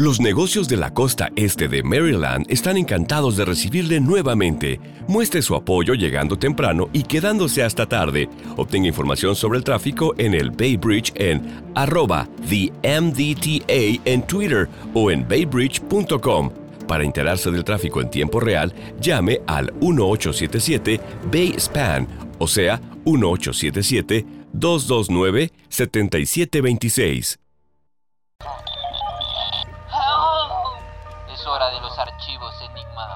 Los negocios de la costa este de Maryland están encantados de recibirle nuevamente. Muestre su apoyo llegando temprano y quedándose hasta tarde. Obtenga información sobre el tráfico en el Bay Bridge en @TheMDTA en Twitter o en baybridge.com. Para enterarse del tráfico en tiempo real, llame al 1877-BAY-SPAN, o sea, 1877-229-7726. Es hora de los archivos Enigma.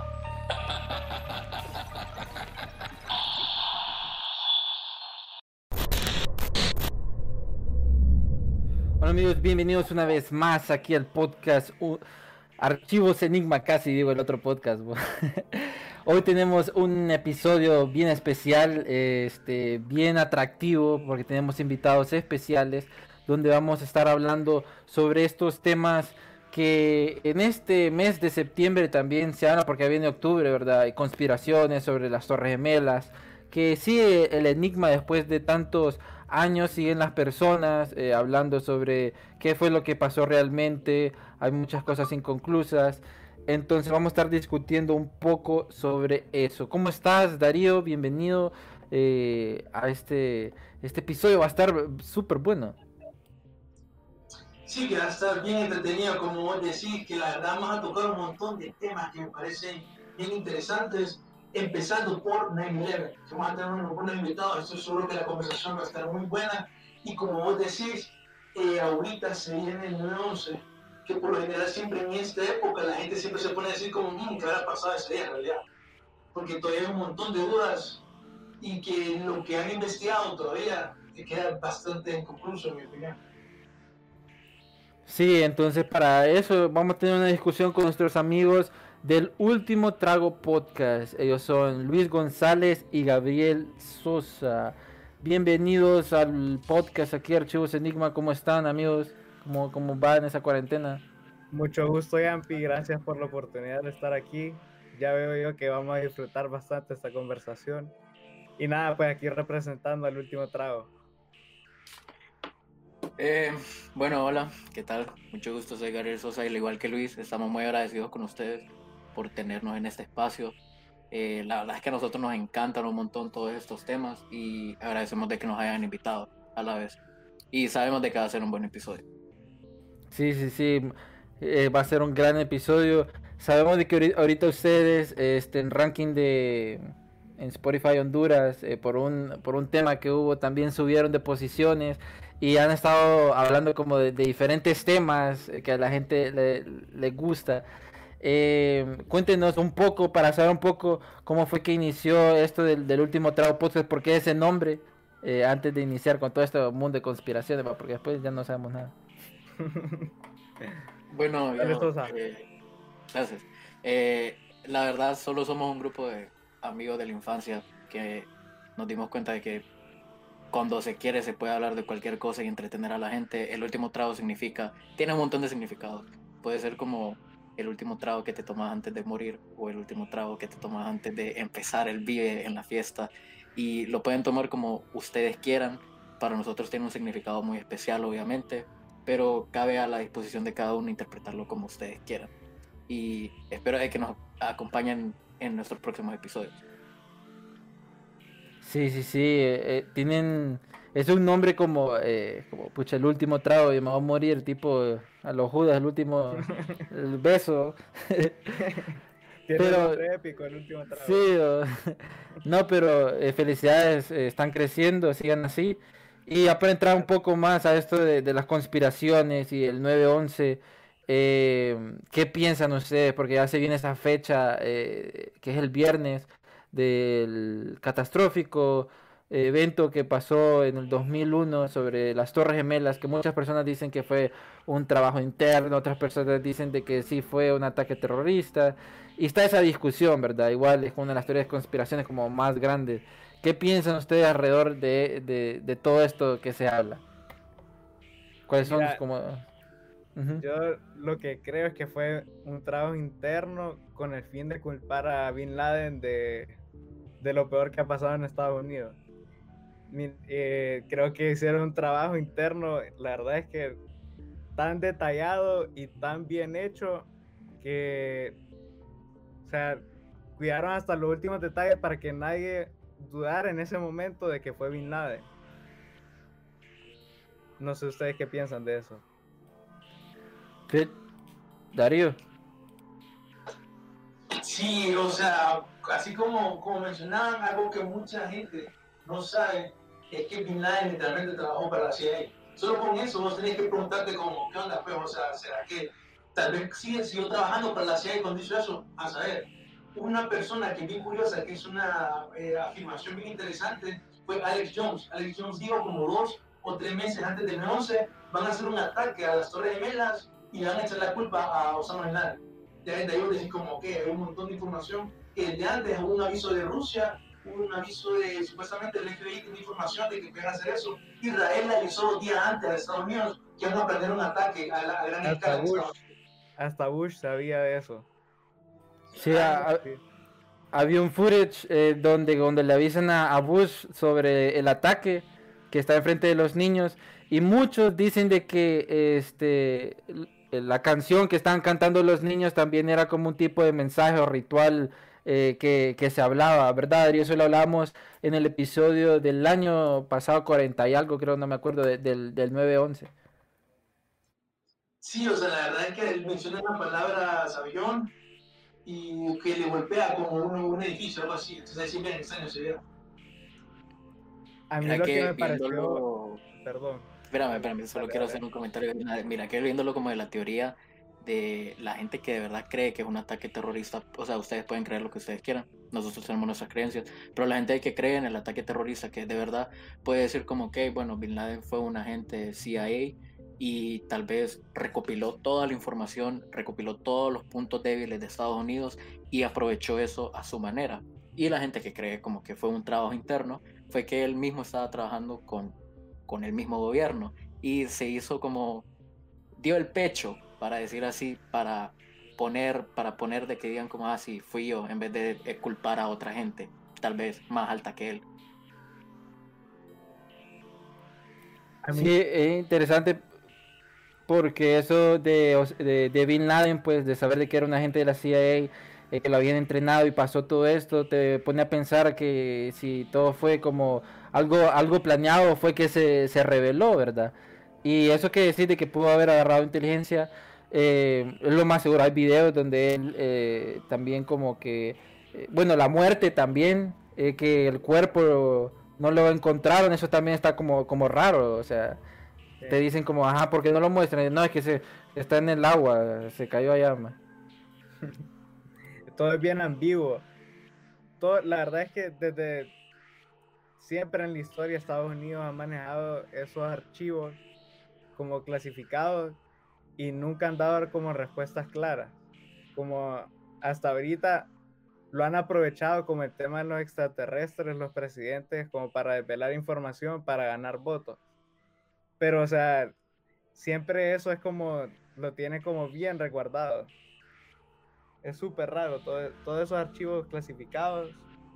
Hola amigos, bienvenidos una vez más aquí al podcast Archivos Enigma, casi digo el otro podcast. Hoy tenemos un episodio bien especial, bien atractivo, porque tenemos invitados especiales donde vamos a estar hablando sobre estos temas que en este mes de septiembre también se habla, porque viene octubre, ¿verdad? Hay conspiraciones sobre las Torres Gemelas, que sigue el enigma después de tantos años, siguen las personas hablando sobre qué fue lo que pasó realmente. Hay muchas cosas inconclusas, entonces vamos a estar discutiendo un poco sobre eso. ¿Cómo estás, Darío? Bienvenido a este episodio, va a estar súper bueno. Sí, que va a estar bien entretenido, como vos decís, que la verdad vamos a tocar un montón de temas que me parecen bien interesantes, empezando por 9/11, que vamos a tener unos buenos invitados. Estoy seguro que la conversación va a estar muy buena, y como vos decís, ahorita se viene el 9/11, que por lo general siempre en esta época la gente siempre se pone a decir como, ¿qué habrá pasado ese día en realidad? Porque todavía hay un montón de dudas, y que lo que han investigado todavía queda bastante inconcluso, en mi opinión. Sí, entonces para eso vamos a tener una discusión con nuestros amigos del Último Trago Podcast. Ellos son Luis González y Gabriel Sosa. Bienvenidos al podcast aquí, Archivos Enigma. ¿Cómo están, amigos? ¿Cómo va en esa cuarentena? Mucho gusto, Yampi. Gracias por la oportunidad de estar aquí. Ya veo yo que vamos a disfrutar bastante esta conversación. Y nada, pues aquí representando al Último Trago. Bueno, hola, ¿qué tal? Mucho gusto, soy Gabriel Sosa y al igual que Luis, estamos muy agradecidos con ustedes por tenernos en este espacio. La verdad es que a nosotros nos encantan un montón todos estos temas y agradecemos de que nos hayan invitado a la vez. Y sabemos de que va a ser un buen episodio. Sí, va a ser un gran episodio. Sabemos de que ahorita ustedes en ranking en Spotify Honduras, por un tema que hubo, también subieron de posiciones y han estado hablando como de diferentes temas que a la gente le gusta. Cuéntenos un poco, para saber un poco cómo fue que inició esto del Último Trago Podcast, por qué ese nombre, antes de iniciar con todo este mundo de conspiraciones, porque después ya no sabemos nada. Bueno, Sosa. gracias. La verdad, solo somos un grupo de amigos de la infancia que nos dimos cuenta de que cuando se quiere se puede hablar de cualquier cosa y entretener a la gente. El último trago tiene un montón de significados. Puede ser como el último trago que te tomas antes de morir o el último trago que te tomas antes de empezar el vive en la fiesta. Y lo pueden tomar como ustedes quieran. Para nosotros tiene un significado muy especial, obviamente, pero cabe a la disposición de cada uno interpretarlo como ustedes quieran. Y espero de que nos acompañen en nuestros próximos episodios. Sí, tienen, es un nombre como pucha, el último trago y me va a morir, tipo a los Judas, el beso. Tiene Pero nombre épico, el Último Trago. sí, no, pero felicidades, están creciendo, sigan así. Y para entrar un poco más a esto de las conspiraciones y el 9/11, ¿qué piensan ustedes? Porque ya se viene esa fecha, que es el viernes, del catastrófico evento que pasó en el 2001 sobre las Torres Gemelas, que muchas personas dicen que fue un trabajo interno, otras personas dicen de que sí fue un ataque terrorista. Y está esa discusión, ¿verdad? Igual es una de las teorías de conspiraciones como más grandes. ¿Qué piensan ustedes alrededor de todo esto que se habla? ¿Cuáles son Mira, como...? Uh-huh. yo lo que creo es que fue un trabajo interno con el fin de culpar a Bin Laden de lo peor que ha pasado en Estados Unidos. Creo que hicieron un trabajo interno. La verdad es que tan detallado y tan bien hecho que, o sea, cuidaron hasta los últimos detalles para que nadie dudara en ese momento de que fue Bin Laden. No sé ustedes qué piensan de eso. ¿Qué? Darío. Sí, o sea, así como mencionaban, algo que mucha gente no sabe es que Bin Laden literalmente trabajó para la CIA. Solo con eso vos tenés que preguntarte como, ¿qué onda? Pues, o sea, ¿será que tal vez siguió trabajando para la CIA cuando hizo eso? A saber, una persona que es bien curiosa, que es una afirmación bien interesante, fue Alex Jones. Alex Jones dijo como 2 o 3 meses antes del 9/11 van a hacer un ataque a las Torres Gemelas y van a echar la culpa a Osama Bin Laden. De ahí decir como que hay un montón de información que desde antes hubo un aviso de Rusia, hubo un aviso de supuestamente el FBI tiene información de que pueden hacer eso. Israel le avisó 2 días antes a Estados Unidos que van a perder un ataque a gran escala en Estados Unidos. Hasta Bush sabía de eso. Sí, había un footage donde le avisan a Bush sobre el ataque que está enfrente de los niños y muchos dicen de que la canción que estaban cantando los niños también era como un tipo de mensaje o ritual que se hablaba, ¿verdad? Y eso lo hablábamos en el episodio del año pasado, 40 y algo, creo, no me acuerdo, del 9/11. Sí, o sea, la verdad es que él menciona la palabra avión y que le golpea como un edificio, algo así. Entonces ahí sí bien extraño se ve. A mí Mira lo que me viéndolo... pareció... Perdón. Espérame, solo quiero hacer un comentario. Mira, que viéndolo como de la teoría de la gente que de verdad cree que es un ataque terrorista, o sea, ustedes pueden creer lo que ustedes quieran, nosotros tenemos nuestras creencias, pero la gente que cree en el ataque terrorista, que de verdad puede decir como que, bueno, Bin Laden fue un agente CIA y tal vez recopiló toda la información, recopiló todos los puntos débiles de Estados Unidos y aprovechó eso a su manera. Y la gente que cree como que fue un trabajo interno, fue que él mismo estaba trabajando con el mismo gobierno y se hizo como, dio el pecho, para decir así, para poner de que digan como, ah, sí, fui yo, en vez de culpar a otra gente, tal vez más alta que él. Sí, es interesante porque eso de Bin Laden, pues de saber de que era un agente de la CIA, que lo habían entrenado y pasó todo esto, te pone a pensar que si todo fue como algo planeado, fue que se reveló, ¿verdad? Y eso que decir de que pudo haber agarrado inteligencia, es lo más seguro. Hay videos donde él también como que, bueno, la muerte también, que el cuerpo no lo encontraron, eso también está como raro, o sea... Te dicen como, ajá, ¿por qué no lo muestran? No, es que está en el agua, se cayó allá, man. Todo es bien ambiguo. La verdad es que desde siempre en la historia Estados Unidos ha manejado esos archivos como clasificados y nunca han dado como respuestas claras. Como hasta ahorita lo han aprovechado como el tema de los extraterrestres, los presidentes, como para desvelar información, para ganar votos. Pero, o sea, siempre eso es como, lo tiene como bien resguardado. Es súper raro, todos esos archivos clasificados.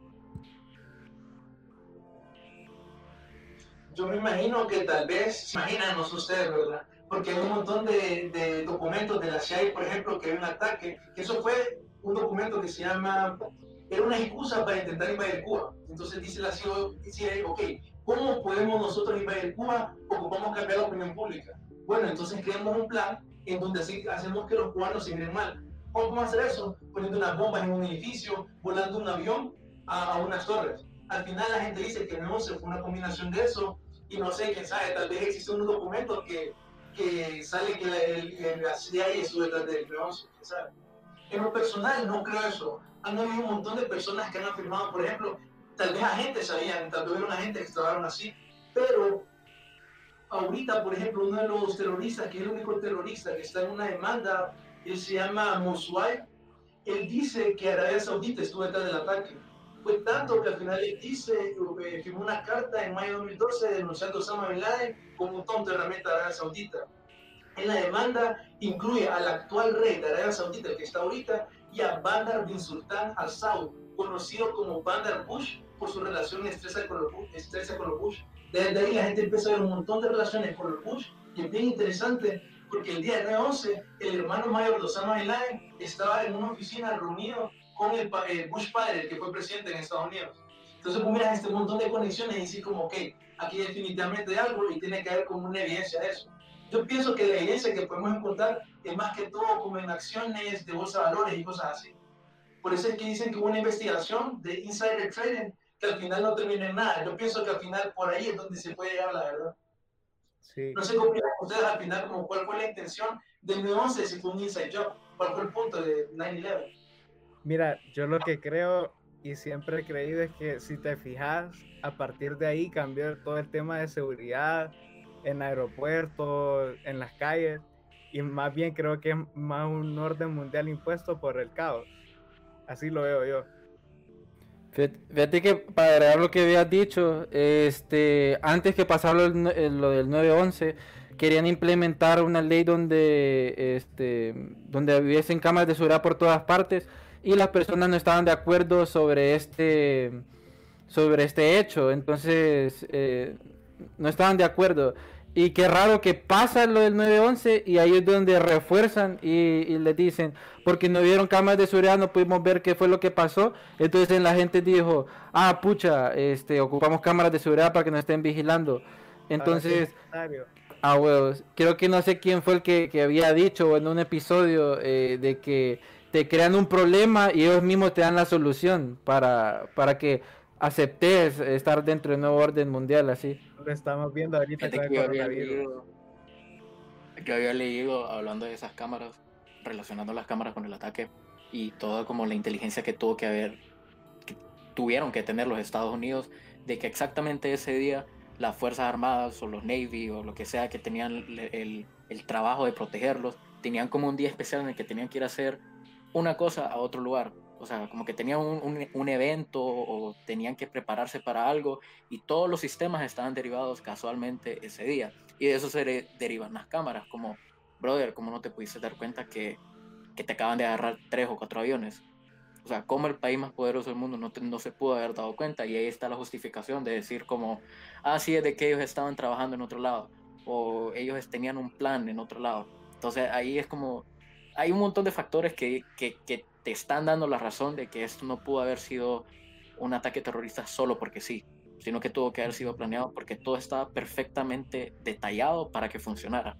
Yo me imagino que tal vez, imagínanos ustedes, ¿verdad? Porque hay un montón de documentos de la CIA, por ejemplo, que hay un ataque, que eso fue un documento que se llama, era una excusa para intentar invadir Cuba. Entonces dice la CIA, ok, ¿cómo podemos nosotros invadir Cuba? Ocupamos cambiar la opinión pública. Bueno, entonces creamos un plan en donde así hacemos que los cubanos se miren mal. ¿Cómo podemos hacer eso? Poniendo unas bombas en un edificio, volando un avión a unas torres. Al final la gente dice que no, se fue una combinación de eso y no sé, quién sabe, tal vez existe un documento que sale que la CIA estuvo detrás del 9/11, quién sabe. En lo personal no creo eso. Han habido un montón de personas que han afirmado, por ejemplo, tal vez agentes sabían, tal vez eran agentes que trabajaron así, pero ahorita, por ejemplo, uno de los terroristas, que es el único terrorista que está en una demanda, él se llama Mossad, él dice que Arabia Saudita estuvo detrás del ataque. Fue tanto que al final él dice, firmó una carta en mayo de 2012 denunciando a Osama Bin Laden como un tonto herramienta de Arabia Saudita. En la demanda incluye al actual rey de Arabia Saudita, el que está ahorita, y a Bandar bin Sultan al Saud, conocido como Bandar Bush por su relación estrecha con los Bush. Desde ahí la gente empieza a ver un montón de relaciones con los Bush, y es bien interesante porque el día del 9/11, el hermano mayor de Osama Bin Laden estaba en una oficina reunido con el Bush padre, el que fue presidente en Estados Unidos. Entonces, pues miras este montón de conexiones y decís como, ok, aquí definitivamente hay algo y tiene que haber como una evidencia de eso. Yo pienso que la evidencia que podemos encontrar es más que todo como en acciones de bolsa de valores y cosas así. Por eso es que dicen que hubo una investigación de insider trading que al final no termina en nada. Yo pienso que al final por ahí es donde se puede llegar a la verdad. Sí. No sé cómo opinan ustedes al final, como cuál fue la intención del 9/11, si fue un inside job, cuál fue el punto de 9/11. Mira, yo lo que creo y siempre he creído es que si te fijas, a partir de ahí cambió todo el tema de seguridad en aeropuertos, en las calles, y más bien creo que es más un orden mundial impuesto por el caos. Así lo veo yo. Fíjate que para agregar lo que habías dicho, antes que pasara lo del 9/11, querían implementar una ley donde hubiesen cámaras de seguridad por todas partes y las personas no estaban de acuerdo sobre este hecho, entonces no estaban de acuerdo. Y qué raro que pasa lo del 9/11 y ahí es donde refuerzan y les dicen, porque no vieron cámaras de seguridad, no pudimos ver qué fue lo que pasó. Entonces la gente dijo, pucha, ocupamos cámaras de seguridad para que nos estén vigilando. Entonces, huevos, creo que no sé quién fue el que había dicho en un episodio de que te crean un problema y ellos mismos te dan la solución para que aceptes estar dentro del nuevo orden mundial, así. Lo estamos viendo ahorita con el coronavirus. Yo había leído, hablando de esas cámaras, relacionando las cámaras con el ataque y toda como la inteligencia que tuvieron que tener los Estados Unidos, de que exactamente ese día las Fuerzas Armadas o los Navy o lo que sea que tenían el trabajo de protegerlos, tenían como un día especial en el que tenían que ir a hacer una cosa a otro lugar. O sea, como que tenían un evento o tenían que prepararse para algo y todos los sistemas estaban derivados casualmente ese día. Y de eso se derivan las cámaras, como, brother, ¿cómo no te pudiste dar cuenta que te acaban de agarrar 3 o 4 aviones? O sea, ¿cómo el país más poderoso del mundo no se pudo haber dado cuenta? Y ahí está la justificación de decir como, sí, es de que ellos estaban trabajando en otro lado o ellos tenían un plan en otro lado. Entonces ahí es como, hay un montón de factores que te están dando la razón de que esto no pudo haber sido un ataque terrorista solo porque sí, sino que tuvo que haber sido planeado porque todo estaba perfectamente detallado para que funcionara.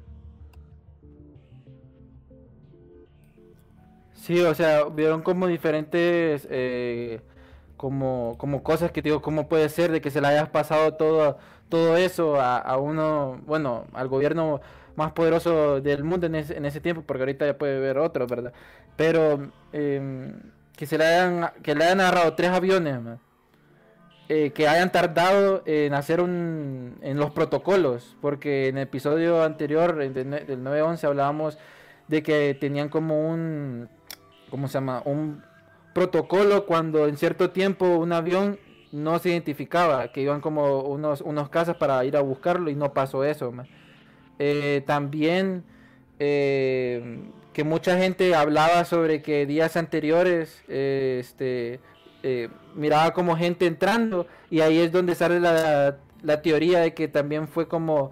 Sí, o sea, vieron como diferentes como cosas que digo, ¿cómo puede ser de que se le haya pasado todo eso a uno, bueno, al gobierno más poderoso del mundo en ese tiempo, porque ahorita ya puede haber otro, ¿verdad? Pero que le hayan agarrado 3 aviones, man, que hayan tardado en hacer en los protocolos, porque en el episodio anterior del 9/11 hablábamos de que tenían como ¿cómo se llama? Un protocolo cuando en cierto tiempo un avión no se identificaba, que iban como unos cazas para ir a buscarlo y no pasó eso, man. También que mucha gente hablaba sobre que días anteriores miraba como gente entrando y ahí es donde sale la teoría de que también fue como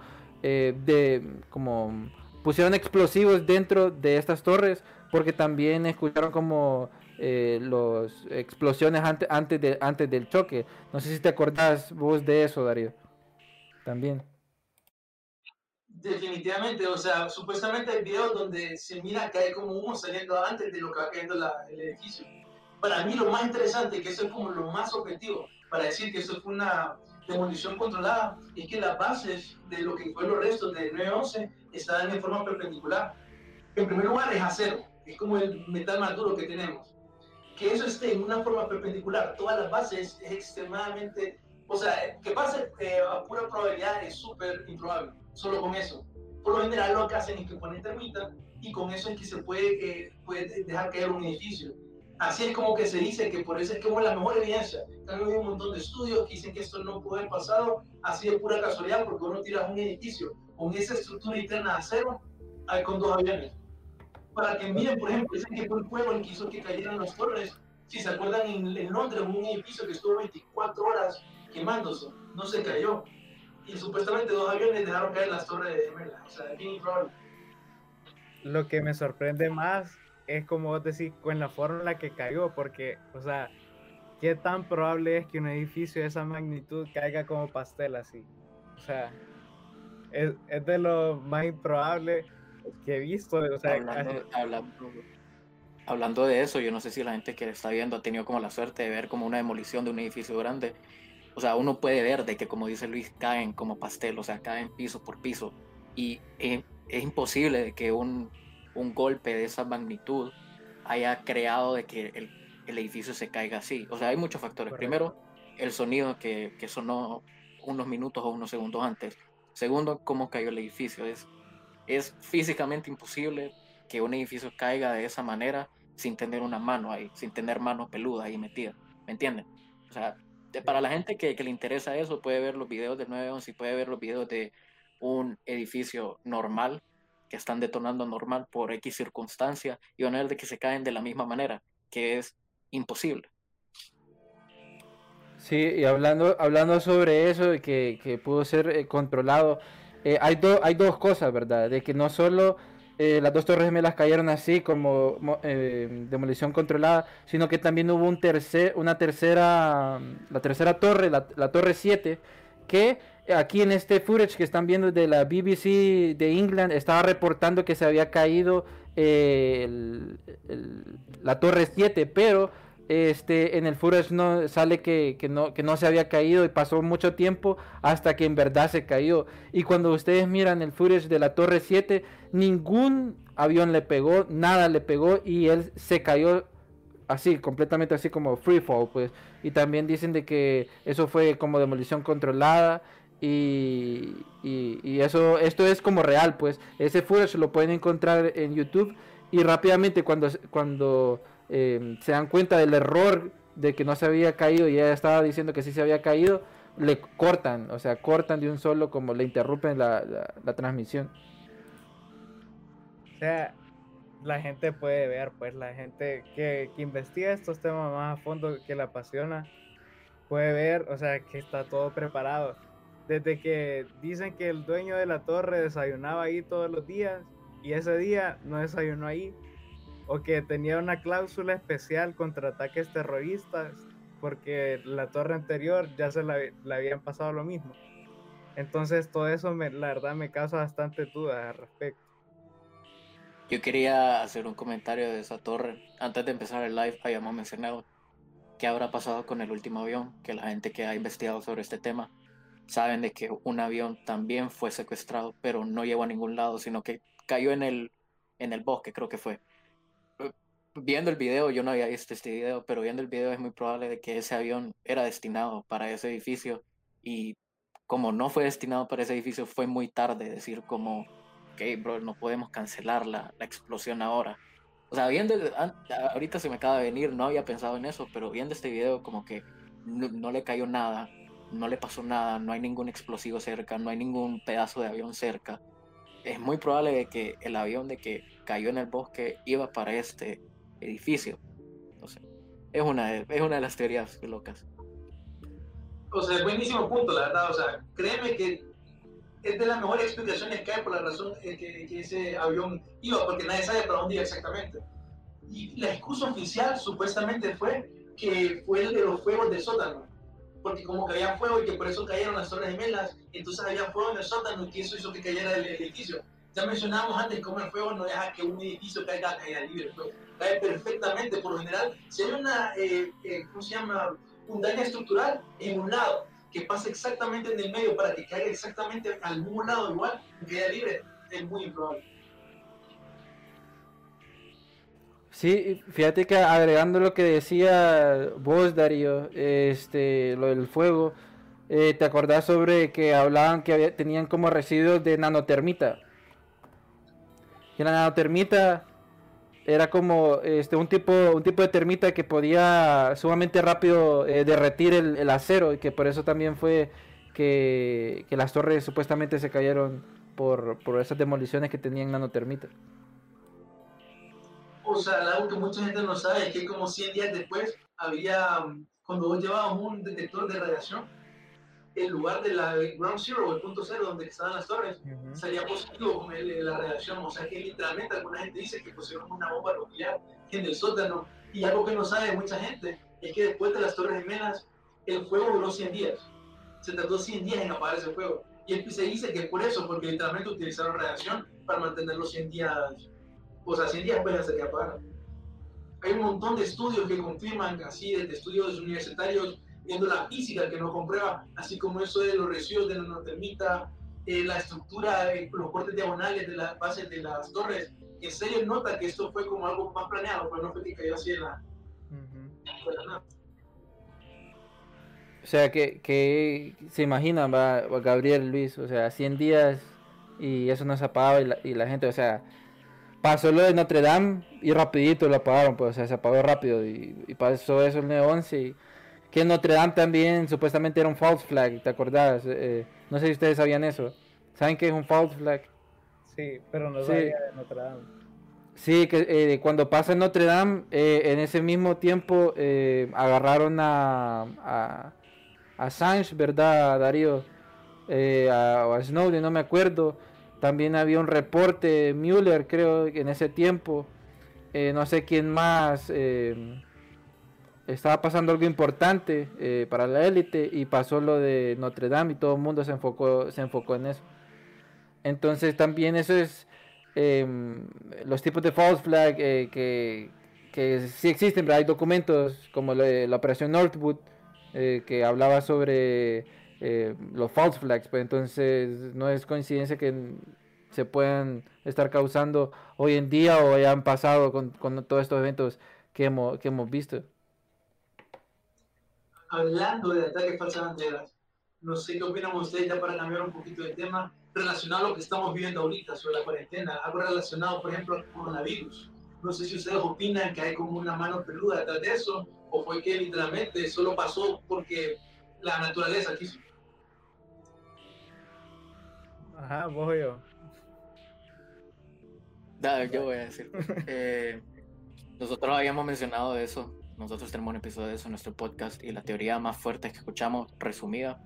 como pusieron explosivos dentro de estas torres porque también escucharon como las explosiones antes del choque. No sé si te acordás vos de eso, Darío. También. Definitivamente, o sea, supuestamente hay videos donde se mira que hay como humo saliendo antes de lo que va cayendo el edificio. Para mí lo más interesante, que eso es como lo más objetivo para decir que eso fue una demolición controlada, es que las bases de lo que fue los restos del 9/11 estaban en forma perpendicular. En primer lugar es acero, es como el metal más duro que tenemos. Que eso esté en una forma perpendicular, todas las bases es extremadamente, o sea, que pase a pura probabilidad es súper improbable, solo con eso. Por lo general lo que hacen es que ponen termita y con eso es que se puede dejar caer un edificio. Así es como que se dice que por eso es como la mejor evidencia. También hay un montón de estudios que dicen que esto no puede haber pasado así de pura casualidad porque uno tira un edificio con esa estructura interna de acero con 2 aviones. Para que miren, por ejemplo, dicen que fue el fuego el que hizo que cayeran las torres. Si se acuerdan, en Londres, un edificio que estuvo 24 horas quemándose, no se cayó. Y supuestamente 2 aviones dejaron caer las torres de Gemelas. O sea, es bien improbable. lo que me sorprende más es como vos decís, con la forma en la que cayó, porque, o sea, ¿qué tan probable es que un edificio de esa magnitud caiga como pastel así? O sea, es de lo más improbable que he visto, o sea, Hablando de eso, yo no sé si la gente que está viendo ha tenido como la suerte de ver como una demolición de un edificio grande. O sea, uno puede ver de que, como dice Luis, caen como pastel, o sea, caen piso por piso. Y es imposible de que un golpe de esa magnitud haya creado de que el edificio se caiga así. O sea, hay muchos factores. correcto. Primero, el sonido que sonó unos minutos o unos segundos antes. Segundo, cómo cayó el edificio. Es físicamente imposible que un edificio caiga de esa manera sin tener una mano ahí, sin tener mano peluda ahí metida. ¿Me entienden? O sea, para la gente que le interesa eso, puede ver los videos del 911 y puede ver los videos de un edificio normal que están detonando normal por X circunstancia y van a ver de que se caen de la misma manera, que es imposible. Sí, y hablando sobre eso, de que pudo ser controlado, hay dos cosas, ¿verdad? De que no solo las dos torres gemelas cayeron así como demolición controlada, sino que también hubo una tercera, la tercera torre, la torre 7, que aquí en este footage que están viendo de la BBC de England, estaba reportando que se había caído la torre 7, pero en el footage no sale que no se había caído y pasó mucho tiempo hasta que en verdad se cayó. Y cuando ustedes miran el footage de la torre 7, ningún avión le pegó, nada le pegó y él se cayó así, completamente así como free fall, pues. Y también dicen de que eso fue como demolición controlada y eso, esto es como real, pues. Ese footage lo pueden encontrar en YouTube y rápidamente cuando se dan cuenta del error de que no se había caído y ella estaba diciendo que sí se había caído, le cortan, o sea, cortan de un solo, como le interrumpen la transmisión. O sea, la gente puede ver, pues la gente que investiga estos temas más a fondo, que le apasiona, puede ver, o sea, que está todo preparado. Desde que dicen que el dueño de la torre desayunaba ahí todos los días y ese día no desayunó ahí, o que tenía una cláusula especial contra ataques terroristas porque la torre anterior ya le habían pasado lo mismo. Entonces todo eso la verdad me causa bastante dudas al respecto. Yo quería hacer un comentario de esa torre. Antes de empezar el live, habíamos mencionado qué habrá pasado con el último avión, que la gente que ha investigado sobre este tema saben de que un avión también fue secuestrado, pero no llegó a ningún lado, sino que cayó en el bosque, creo que fue. Viendo el video, yo no había visto este video, pero viendo el video es muy probable de que ese avión era destinado para ese edificio y como no fue destinado para ese edificio, fue muy tarde decir como, ok, bro, no podemos cancelar la explosión ahora. O sea, ahorita se me acaba de venir, no había pensado en eso, pero viendo este video como que no le cayó nada, no le pasó nada, no hay ningún explosivo cerca, no hay ningún pedazo de avión cerca. Es muy probable de que el avión de que cayó en el bosque iba para este edificio. No sé, es una de las teorías locas. O sea, buenísimo punto, la verdad. O sea, créeme que es de las mejores explicaciones que hay por la razón que ese avión iba, porque nadie sabe para dónde iba exactamente. Y la excusa oficial supuestamente fue que fue el de los fuegos del sótano, porque como que había fuego y que por eso cayeron las torres gemelas, entonces había fuego en el sótano y que eso hizo que cayera el edificio. Ya mencionábamos antes cómo el fuego no deja que un edificio caiga a caída libre, pues, cae perfectamente. Por lo general, si hay ¿cómo se llama? Un daño estructural en un lado, que pasa exactamente en el medio para que caiga exactamente al mismo lado igual, caída libre, es muy improbable. Sí, fíjate que agregando lo que decía vos, Darío, lo del fuego, ¿te acordás sobre que hablaban que tenían como residuos de nanotermita? Que la nanotermita era como un tipo de termita que podía sumamente rápido derretir el acero y que por eso también fue que las torres supuestamente se cayeron por esas demoliciones que tenían nanotermita. O sea, algo que mucha gente no sabe es que como 100 días después había, cuando vos llevabas un detector de radiación, el lugar de la Ground Zero, el punto cero donde estaban las torres, salía positivo con la radiación. O sea que literalmente alguna gente dice que pusieron una bomba nuclear en el sótano. Y algo que no sabe mucha gente es que después de las Torres Gemelas, el fuego duró 100 días. Se tardó 100 días en apagar ese fuego. Y se dice que es por eso, porque literalmente utilizaron radiación para mantener los 100 días, o sea, 100 días después hasta que apagaron. Hay un montón de estudios que confirman, así, de estudios universitarios, viendo la física que nos comprueba, así como eso de los residuos de la nanotermita, la estructura, los cortes diagonales de las bases de las torres. En serio nota que esto fue como algo más planeado, pero no fue que cayó así en la... O sea, que se imaginan, va Gabriel, Luis, o sea, 100 días y eso no se apagaba y la gente, o sea, pasó lo de Notre Dame y rapidito lo apagaron, pues, o sea, se apagó rápido y pasó eso el 9/11 y que Notre Dame también supuestamente era un false flag, ¿te acordás? No sé si ustedes sabían eso. ¿Saben qué es un false flag? Sí, pero no sabía de Notre Dame. Sí, que cuando pasa en Notre Dame, en ese mismo tiempo agarraron a Assange, ¿verdad, Darío? A Snowden, no me acuerdo. También había un reporte, Mueller, creo, en ese tiempo. No sé quién más. Estaba pasando algo importante para la élite y pasó lo de Notre Dame y todo el mundo se enfocó en eso. Entonces también eso es los tipos de false flag que sí existen, pero hay documentos como la operación Northwood que hablaba sobre los false flags, pues entonces no es coincidencia que se puedan estar causando hoy en día o hayan pasado con todos estos eventos que hemos visto. Hablando de ataques falsas banderas, no sé qué opinan ustedes ya para cambiar un poquito de tema relacionado a lo que estamos viviendo ahorita sobre la cuarentena, algo relacionado por ejemplo al coronavirus. No sé si ustedes opinan que hay como una mano peluda detrás de eso o fue que literalmente solo pasó porque la naturaleza quiso. Ajá, vos o yo. Yo voy a decir. Nosotros habíamos mencionado eso. Nosotros tenemos un episodio de eso en nuestro podcast y la teoría más fuerte que escuchamos, resumida.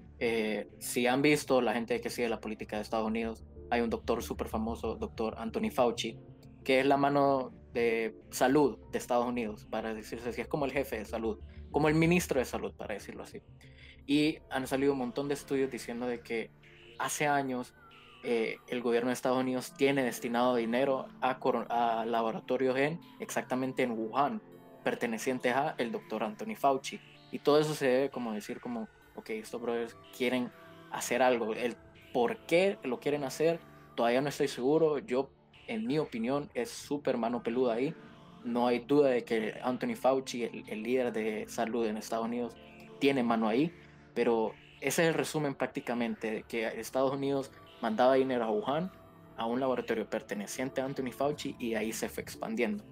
Si han visto, la gente que sigue la política de Estados Unidos, hay un doctor súper famoso, doctor Anthony Fauci, que es la mano de salud de Estados Unidos, para decirse así, es como el jefe de salud, como el ministro de salud, para decirlo así. Y han salido un montón de estudios diciendo de que hace años el gobierno de Estados Unidos tiene destinado dinero a laboratorios exactamente en Wuhan, pertenecientes a el doctor Anthony Fauci. Y todo eso se debe como decir como, ok, estos brothers quieren hacer algo. El por qué lo quieren hacer, todavía no estoy seguro. Yo, en mi opinión, es súper mano peluda ahí. No hay duda de que Anthony Fauci, el líder de salud en Estados Unidos, tiene mano ahí. Pero ese es el resumen prácticamente, de que Estados Unidos mandaba dinero a Wuhan, a un laboratorio perteneciente a Anthony Fauci, y ahí se fue expandiendo.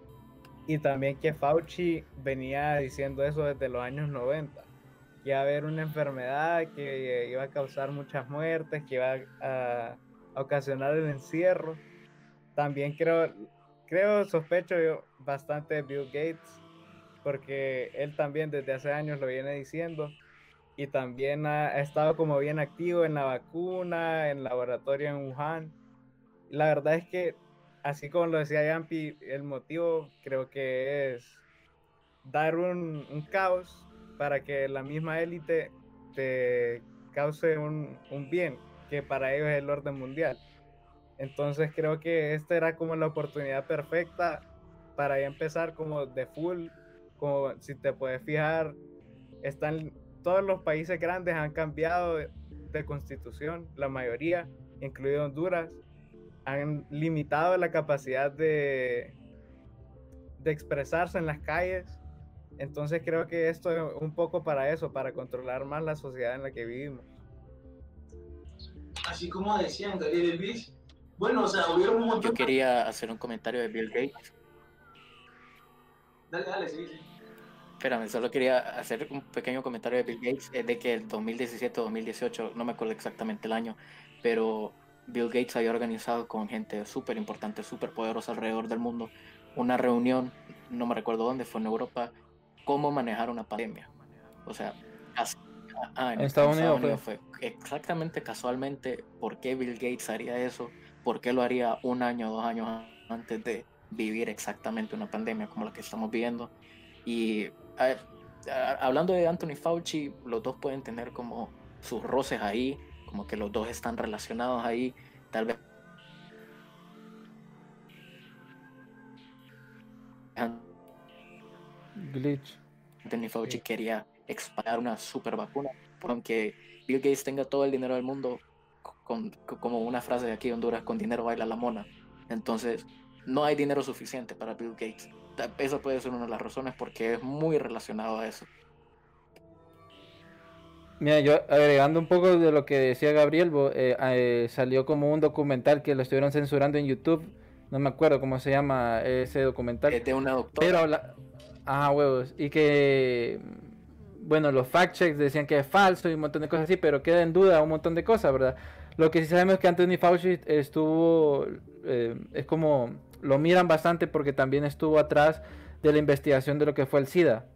Y también que Fauci venía diciendo eso desde los años 90, que iba a haber una enfermedad que iba a causar muchas muertes, que iba a ocasionar el encierro. También sospecho yo bastante de Bill Gates, porque él también desde hace años lo viene diciendo, y también ha estado como bien activo en la vacuna, en el laboratorio en Wuhan. La verdad es que, así como lo decía Yampi, el motivo creo que es dar un caos para que la misma élite te cause un bien, que para ellos es el orden mundial. Entonces creo que esta era como la oportunidad perfecta para ya empezar como de full, como si te puedes fijar, todos los países grandes han cambiado de constitución, la mayoría, incluido Honduras, han limitado la capacidad de expresarse en las calles. Entonces creo que esto es un poco para eso, para controlar más la sociedad en la que vivimos. Así como decían Gabriel y Luis, bueno, o sea, hubieron un montón... Yo quería hacer un comentario de Bill Gates. Dale, sí. Espérame, solo quería hacer un pequeño comentario de Bill Gates, de que el 2017 o 2018, no me acuerdo exactamente el año, pero Bill Gates había organizado con gente súper importante, súper poderosa alrededor del mundo, una reunión, no me recuerdo dónde, fue en Europa, cómo manejar una pandemia. O sea, En Estados Unidos fue exactamente casualmente por qué Bill Gates haría eso, por qué lo haría un año o 2 años antes de vivir exactamente una pandemia como la que estamos viendo. Y hablando de Anthony Fauci, los dos pueden tener como sus roces ahí, como que los dos están relacionados ahí, tal vez Glitch. Anthony Fauci quería expander una super vacuna, aunque Bill Gates tenga todo el dinero del mundo, como una frase de aquí de Honduras, con dinero baila la mona. Entonces, no hay dinero suficiente para Bill Gates. Esa puede ser una de las razones porque es muy relacionado a eso. Mira, yo agregando un poco de lo que decía Gabriel, salió como un documental que lo estuvieron censurando en YouTube. No me acuerdo cómo se llama ese documental. Es de una doctora. Pero huevos. Y que, bueno, los fact checks decían que es falso y un montón de cosas así, pero queda en duda un montón de cosas, ¿verdad? Lo que sí sabemos es que Anthony Fauci estuvo, es como, lo miran bastante porque también estuvo atrás de la investigación de lo que fue el SIDA.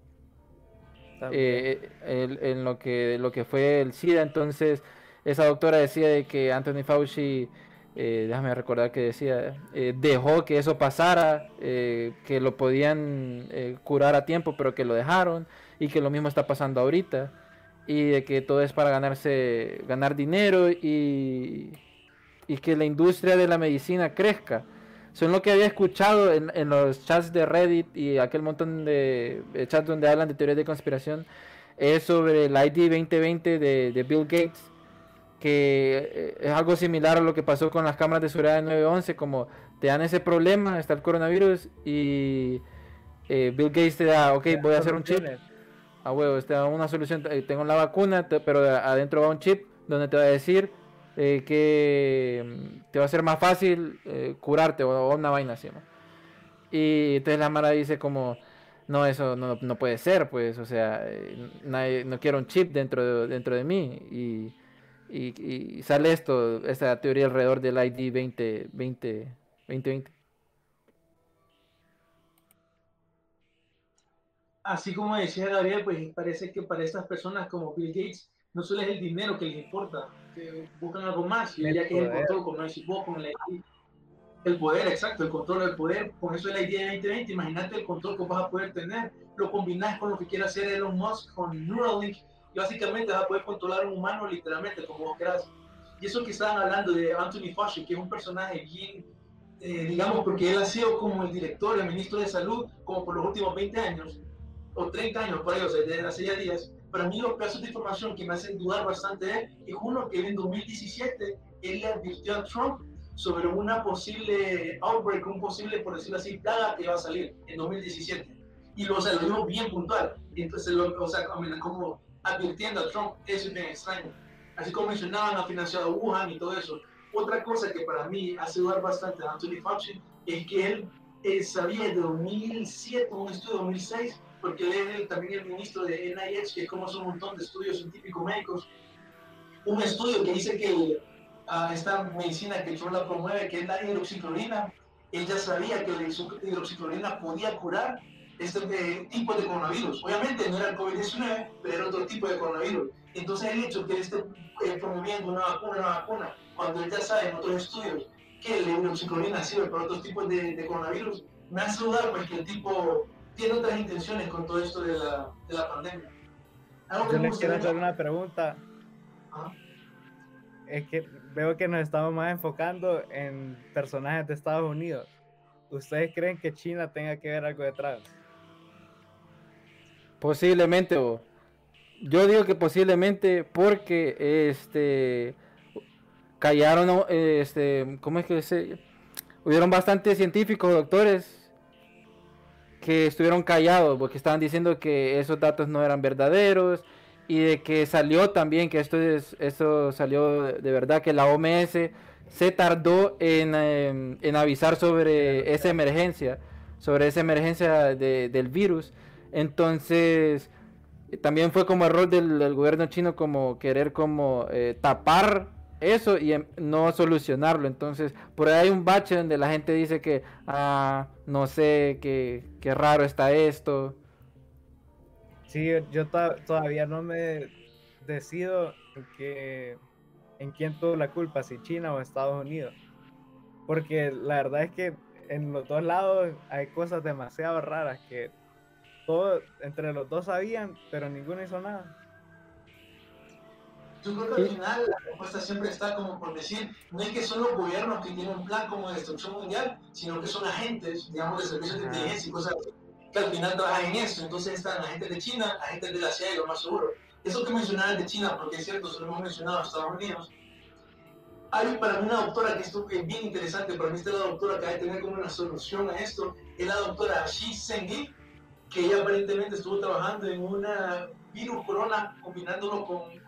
En lo que fue el SIDA. Entonces esa doctora decía de que Anthony Fauci, déjame recordar que decía, dejó que eso pasara, que lo podían curar a tiempo, pero que lo dejaron, y que lo mismo está pasando ahorita, y de que todo es para ganar dinero y que la industria de la medicina crezca. Son lo que había escuchado en los chats de Reddit y aquel montón de chats donde hablan de teorías de conspiración, es sobre el ID 2020 de Bill Gates, que es algo similar a lo que pasó con las cámaras de seguridad del 911, como te dan ese problema, está el coronavirus, y Bill Gates te da, ok, voy a hacer un chip, a huevos, te da una solución, tengo la vacuna, pero adentro va un chip donde te va a decir que te va a ser más fácil curarte o una vaina así, ¿no? Y entonces la Mara dice como, no, eso no puede ser, pues, o sea, no quiero un chip dentro de mí, y sale esta teoría alrededor del ID 2020. Así como decía Gabriel, pues parece que para estas personas como Bill Gates no solo es el dinero que les importa, que buscan algo más, y ya que es el control, como decís vos, con el poder, exacto, el control del poder, con eso es la idea de 2020, imagínate el control que vas a poder tener, lo combinás con lo que quiere hacer Elon Musk con Neuralink, y básicamente vas a poder controlar a un humano literalmente, como vos querás. Y eso que estaban hablando de Anthony Fauci, que es un personaje bien, digamos, porque él ha sido como el director, el ministro de salud, como por los últimos 20 años, o 30 años, por ahí, o sea, desde hace ya días. Para mí los pedazos de información que me hacen dudar bastante de él es uno que en 2017 él le advirtió a Trump sobre una posible outbreak, un posible, por decirlo así, plaga que iba a salir en 2017. Y o sea, lo dijo bien puntual. Entonces, o sea, como advirtiendo a Trump, eso es bien extraño. Así como mencionaban, ha financiado a Wuhan y todo eso. Otra cosa que para mí hace dudar bastante a Anthony Fauci es que él sabía de 2007, un estudio de 2006, porque él es también el ministro de NIH, que es como un montón de estudios científicos médicos, un estudio que dice que esta medicina que Trump la promueve, que es la hidroxicloroquina, él ya sabía que la hidroxicloroquina podía curar este tipo de coronavirus. Obviamente no era el COVID-19, pero era otro tipo de coronavirus. Entonces el hecho que él esté promoviendo una vacuna, cuando él ya sabe en otros estudios que la hidroxicloroquina sirve para otros tipos de coronavirus, me hace dudar pues que el tipo tiene otras intenciones con todo esto de la pandemia. Yo les quiero hacer una pregunta. ¿Ah? Es que veo que nos estamos más enfocando en personajes de Estados Unidos. ¿Ustedes creen que China tenga que ver algo detrás? Posiblemente, yo digo que posiblemente porque callaron, ¿cómo es que se? Hubieron bastantes científicos, doctores que estuvieron callados porque estaban diciendo que esos datos no eran verdaderos, y de que salió también que esto salió de verdad, que la OMS se tardó en avisar sobre esa emergencia del virus. Entonces también fue como error del gobierno chino como querer como tapar eso y no solucionarlo. Entonces por ahí hay un bache donde la gente dice que no sé, qué raro está esto. Sí, yo todavía no me decido en quién tuvo la culpa, si China o Estados Unidos. Porque la verdad es que en los dos lados hay cosas demasiado raras que entre los dos sabían, pero ninguno hizo nada. Yo creo que al final la respuesta siempre está como por decir, no es que son los gobiernos que tienen un plan como de destrucción mundial, sino que son agentes, digamos, de servicios de inteligencia y cosas así, que al final trabajan en eso. Entonces están agentes de China, agentes de la CIA, lo más seguro. Eso que mencionaban de China, porque es cierto, se lo hemos mencionado a Estados Unidos. Hay para mí una doctora que esto es bien interesante, para mí esta es la doctora que va a tener como una solución a esto, es la doctora Shi Zhengyi, que ella aparentemente estuvo trabajando en una virus corona combinándolo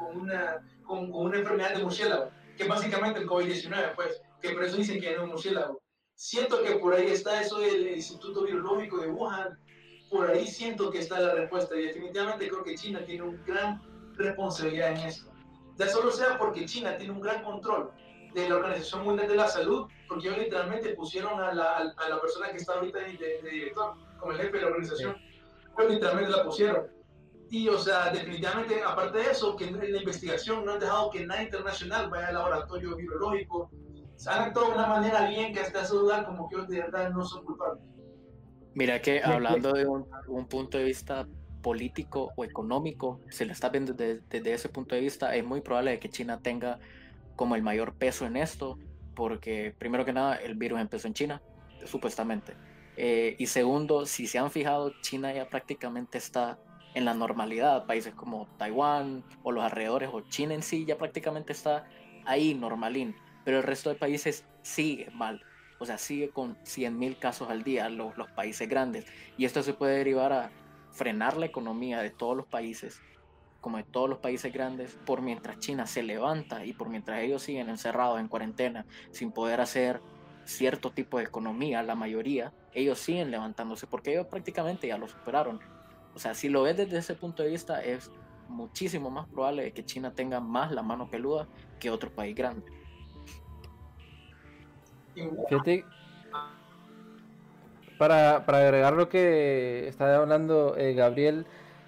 con una enfermedad de murciélago, que es básicamente el COVID-19, pues, que por eso dicen que no es un murciélago. Siento que por ahí está eso del Instituto Virológico de Wuhan, por ahí siento que está la respuesta y definitivamente creo que China tiene una gran responsabilidad en esto. Ya solo sea porque China tiene un gran control de la Organización Mundial de la Salud, porque ellos literalmente pusieron a la persona que está ahorita de director, como el jefe de la organización, pues literalmente la pusieron. Y, o sea, definitivamente, aparte de eso, que en la investigación no han dejado que nadie internacional vaya al laboratorio virológico. Han actuado de una manera bien que hasta hace dudar como que ellos de verdad no son culpables. Mira que hablando de un punto de vista político o económico, si lo estás viendo desde ese punto de vista, es muy probable que China tenga como el mayor peso en esto, porque primero que nada el virus empezó en China, supuestamente. Y segundo, si se han fijado, China ya prácticamente está en la normalidad. Países como Taiwán o los alrededores, o China en sí, ya prácticamente está ahí normalín, pero el resto de países sigue mal. O sea, sigue con 100.000 casos al día los países grandes. Y esto se puede derivar a frenar la economía de todos los países, como de todos los países grandes, por mientras China se levanta y por mientras ellos siguen encerrados en cuarentena sin poder hacer cierto tipo de economía, la mayoría, ellos siguen levantándose porque ellos prácticamente ya lo superaron. O sea, si lo ves desde ese punto de vista, es muchísimo más probable que China tenga más la mano peluda que otro país grande. Fíjate, para agregar lo que estaba hablando Gabriel,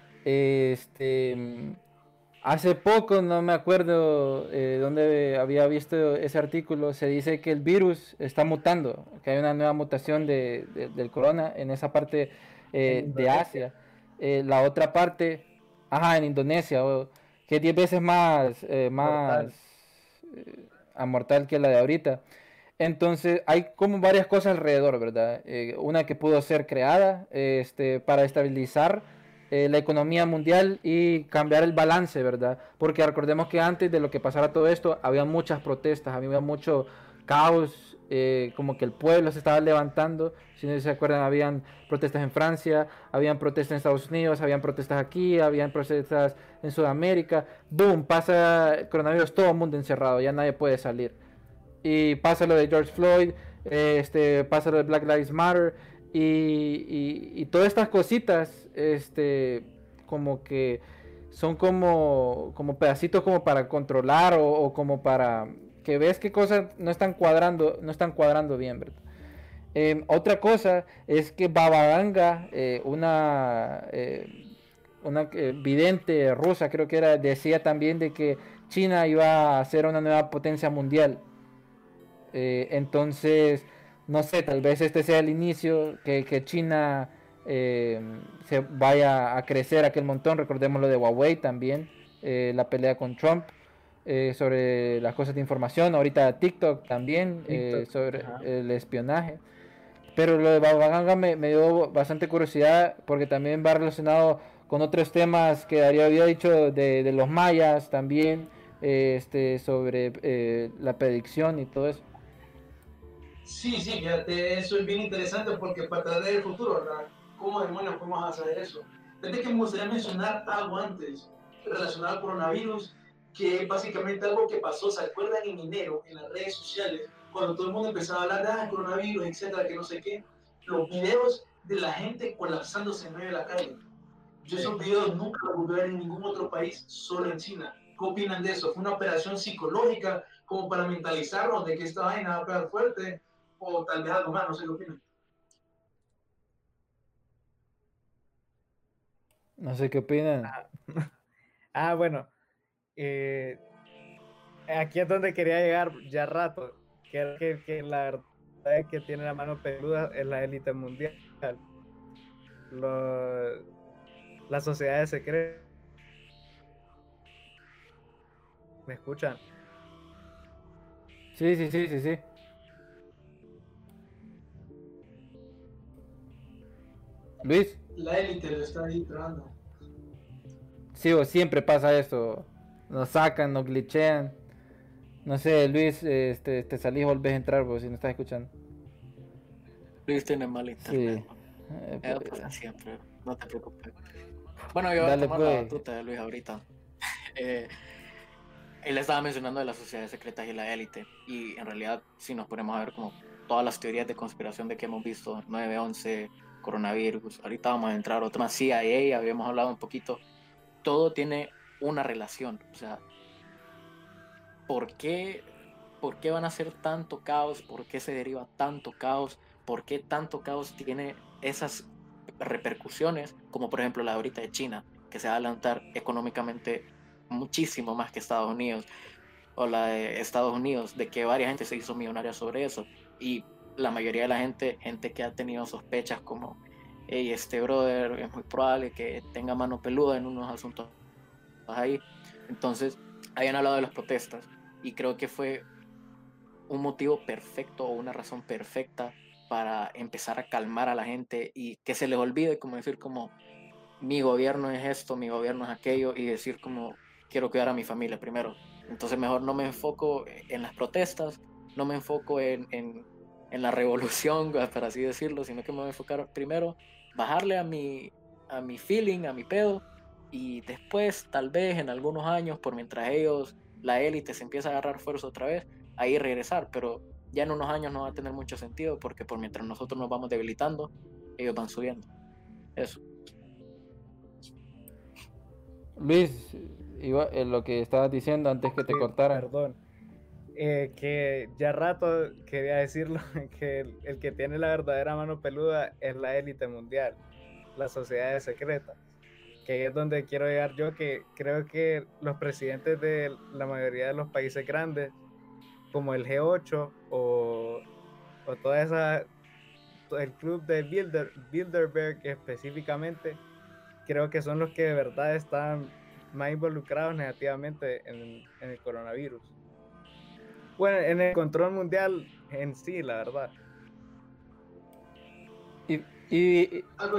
hace poco, no me acuerdo dónde había visto ese artículo, se dice que el virus está mutando, que hay una nueva mutación del corona en esa parte de Asia. La otra parte, ajá, en Indonesia, que es 10 veces más mortal que la de ahorita. Entonces hay como varias cosas alrededor, ¿verdad? Una que pudo ser creada para estabilizar la economía mundial y cambiar el balance, ¿verdad? Porque recordemos que antes de lo que pasara todo esto, había muchas protestas, había mucho caos, como que el pueblo se estaba levantando. Si no se acuerdan, habían protestas en Francia, habían protestas en Estados Unidos, habían protestas aquí, habían protestas en Sudamérica. Boom, pasa el coronavirus, todo el mundo encerrado, ya nadie puede salir. Y pasa lo de George Floyd, pasa lo de Black Lives Matter y todas estas cositas, como que son como pedacitos como para controlar o como para que ves qué cosas no están cuadrando bien, ¿verdad? Otra cosa es que Baba Vanga, una vidente rusa creo que era, decía también de que China iba a ser una nueva potencia mundial. Entonces, no sé, tal vez este sea el inicio, que China se vaya a crecer aquel montón. Recordemos lo de Huawei también, la pelea con Trump sobre las cosas de información. Ahorita TikTok también, sobre el espionaje. Pero lo de Baba Vanga me dio bastante curiosidad porque también va relacionado con otros temas que Darío había dicho de los mayas también, sobre la predicción y todo eso. Sí, sí, fíjate, eso es bien interesante porque para traer el futuro, ¿verdad? ¿Cómo demonios podemos hacer eso? Fíjate que me gustaría mencionar algo antes relacionado al coronavirus, que es básicamente algo que pasó, ¿se acuerdan? En enero, en las redes sociales, cuando todo el mundo empezaba a hablar de coronavirus, etcétera, que no sé qué, los videos de la gente colapsándose en medio de la calle. Yo esos videos nunca los pude ver en ningún otro país, solo en China. ¿Qué opinan de eso? ¿Fue una operación psicológica como para mentalizarnos de que esta vaina va a pegar fuerte? O tal vez algo más, no sé qué opinan. No sé qué opinan. Bueno, Aquí es donde quería llegar ya rato, que la verdad es que tiene la mano peluda en la élite mundial. Las sociedades secretas. ¿Me escuchan? Sí, sí, sí, sí, sí. Luis, La élite lo está ahí trabajando. sí, o siempre pasa esto. Nos sacan, nos glitchean. No sé, Luis, te salís y volvés a entrar, vos, si no estás escuchando. Luis tiene mal Sí. internet. Eso pasa siempre, no te preocupes. Bueno, yo voy a Dale, tomar la pues. batuta de Luis ahorita. Él estaba mencionando de las sociedades secretas y la élite. Y en realidad, si nos ponemos a ver como todas las teorías de conspiración de que hemos visto, 9/11, coronavirus, ahorita vamos a entrar otra más, CIA, habíamos hablado un poquito, todo tiene una relación. O sea, ¿por qué van a hacer tanto caos? ¿Por qué se deriva tanto caos? ¿Por qué tanto caos tiene esas repercusiones? Como por ejemplo la de ahorita de China, que se va a adelantar económicamente muchísimo más que Estados Unidos, o la de Estados Unidos, de que varias gente se hizo millonaria sobre eso, y la mayoría de la gente que ha tenido sospechas como, hey, este brother es muy probable que tenga mano peluda en unos asuntos ahí. Entonces, habían hablado de las protestas, y creo que fue un motivo perfecto o una razón perfecta para empezar a calmar a la gente y que se les olvide como decir como mi gobierno es esto, mi gobierno es aquello, y decir como quiero cuidar a mi familia primero. Entonces mejor no me enfoco en las protestas, no me enfoco en la revolución, para así decirlo, sino que me voy a enfocar primero, bajarle a mi feeling, a mi pedo, y después tal vez en algunos años, por mientras ellos, la élite se empieza a agarrar fuerza otra vez, ahí regresar, pero ya en unos años no va a tener mucho sentido porque por mientras nosotros nos vamos debilitando, ellos van subiendo. Eso. Luis, igual, lo que estabas diciendo antes que te Sí, cortaran. Perdón. Que ya rato quería decirlo, que el que tiene la verdadera mano peluda es la élite mundial, las sociedades secretas, que es donde quiero llegar yo, que creo que los presidentes de la mayoría de los países grandes, como el G8 o toda esa, el club de Bilderberg específicamente, creo que son los que de verdad están más involucrados negativamente en el coronavirus. Bueno, en el control mundial en sí, la verdad. Y Algo,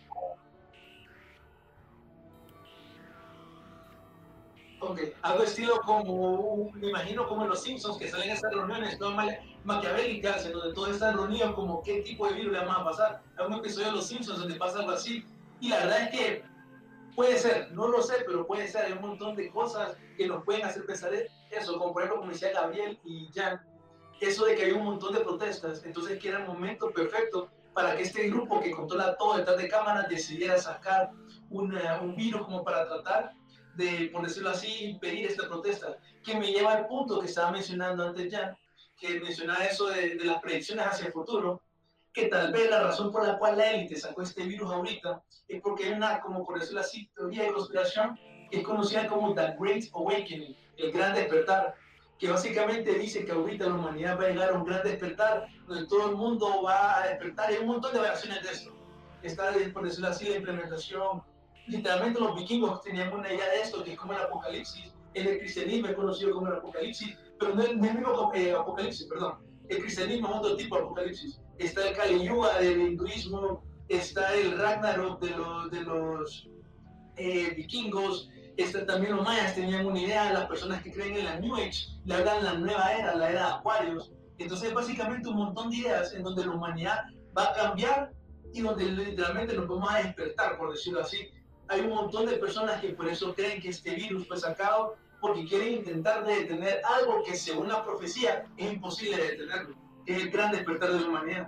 ok, algo estilo como, me imagino como en los Simpsons, que salen esas reuniones todas maquiavélicas, en donde todos están reunidos como qué tipo de virus le vamos a pasar. Hay un episodio de los Simpsons donde pasa algo así. Y la verdad es que puede ser, no lo sé, pero puede ser, hay un montón de cosas que nos pueden hacer pensar eso, como por ejemplo, como decía Gabriel y Jan, eso de que hay un montón de protestas, entonces que era el momento perfecto para que este grupo que controla todo detrás de cámaras decidiera sacar un virus como para tratar de, por decirlo así, impedir esta protesta, que me lleva al punto que estaba mencionando antes Jan, que mencionaba eso de las predicciones hacia el futuro, que tal vez la razón por la cual la élite sacó este virus ahorita es porque hay una, como por decirlo así, teoría de conspiración que es conocida como The Great Awakening, el gran despertar, que básicamente dice que ahorita la humanidad va a llegar a un gran despertar, donde todo el mundo va a despertar, y hay un montón de variaciones de esto. Está, por decirlo así, la implementación. Literalmente los vikingos tenían una idea de esto, que es como el apocalipsis. El cristianismo es conocido como el apocalipsis, pero no es el mismo apocalipsis, perdón. El cristianismo es otro tipo de apocalipsis. Está el Kali Yuga del hinduismo, está el Ragnarok de los vikingos, está también los mayas tenían una idea, las personas que creen en la New Age le hablan la nueva era, la era de Acuarios. Entonces básicamente un montón de ideas en donde la humanidad va a cambiar y donde literalmente nos vamos a despertar, por decirlo así. Hay un montón de personas que por eso creen que este virus fue sacado porque quieren intentar detener algo que según la profecía es imposible de detenerlo, que es el gran despertar de la humanidad.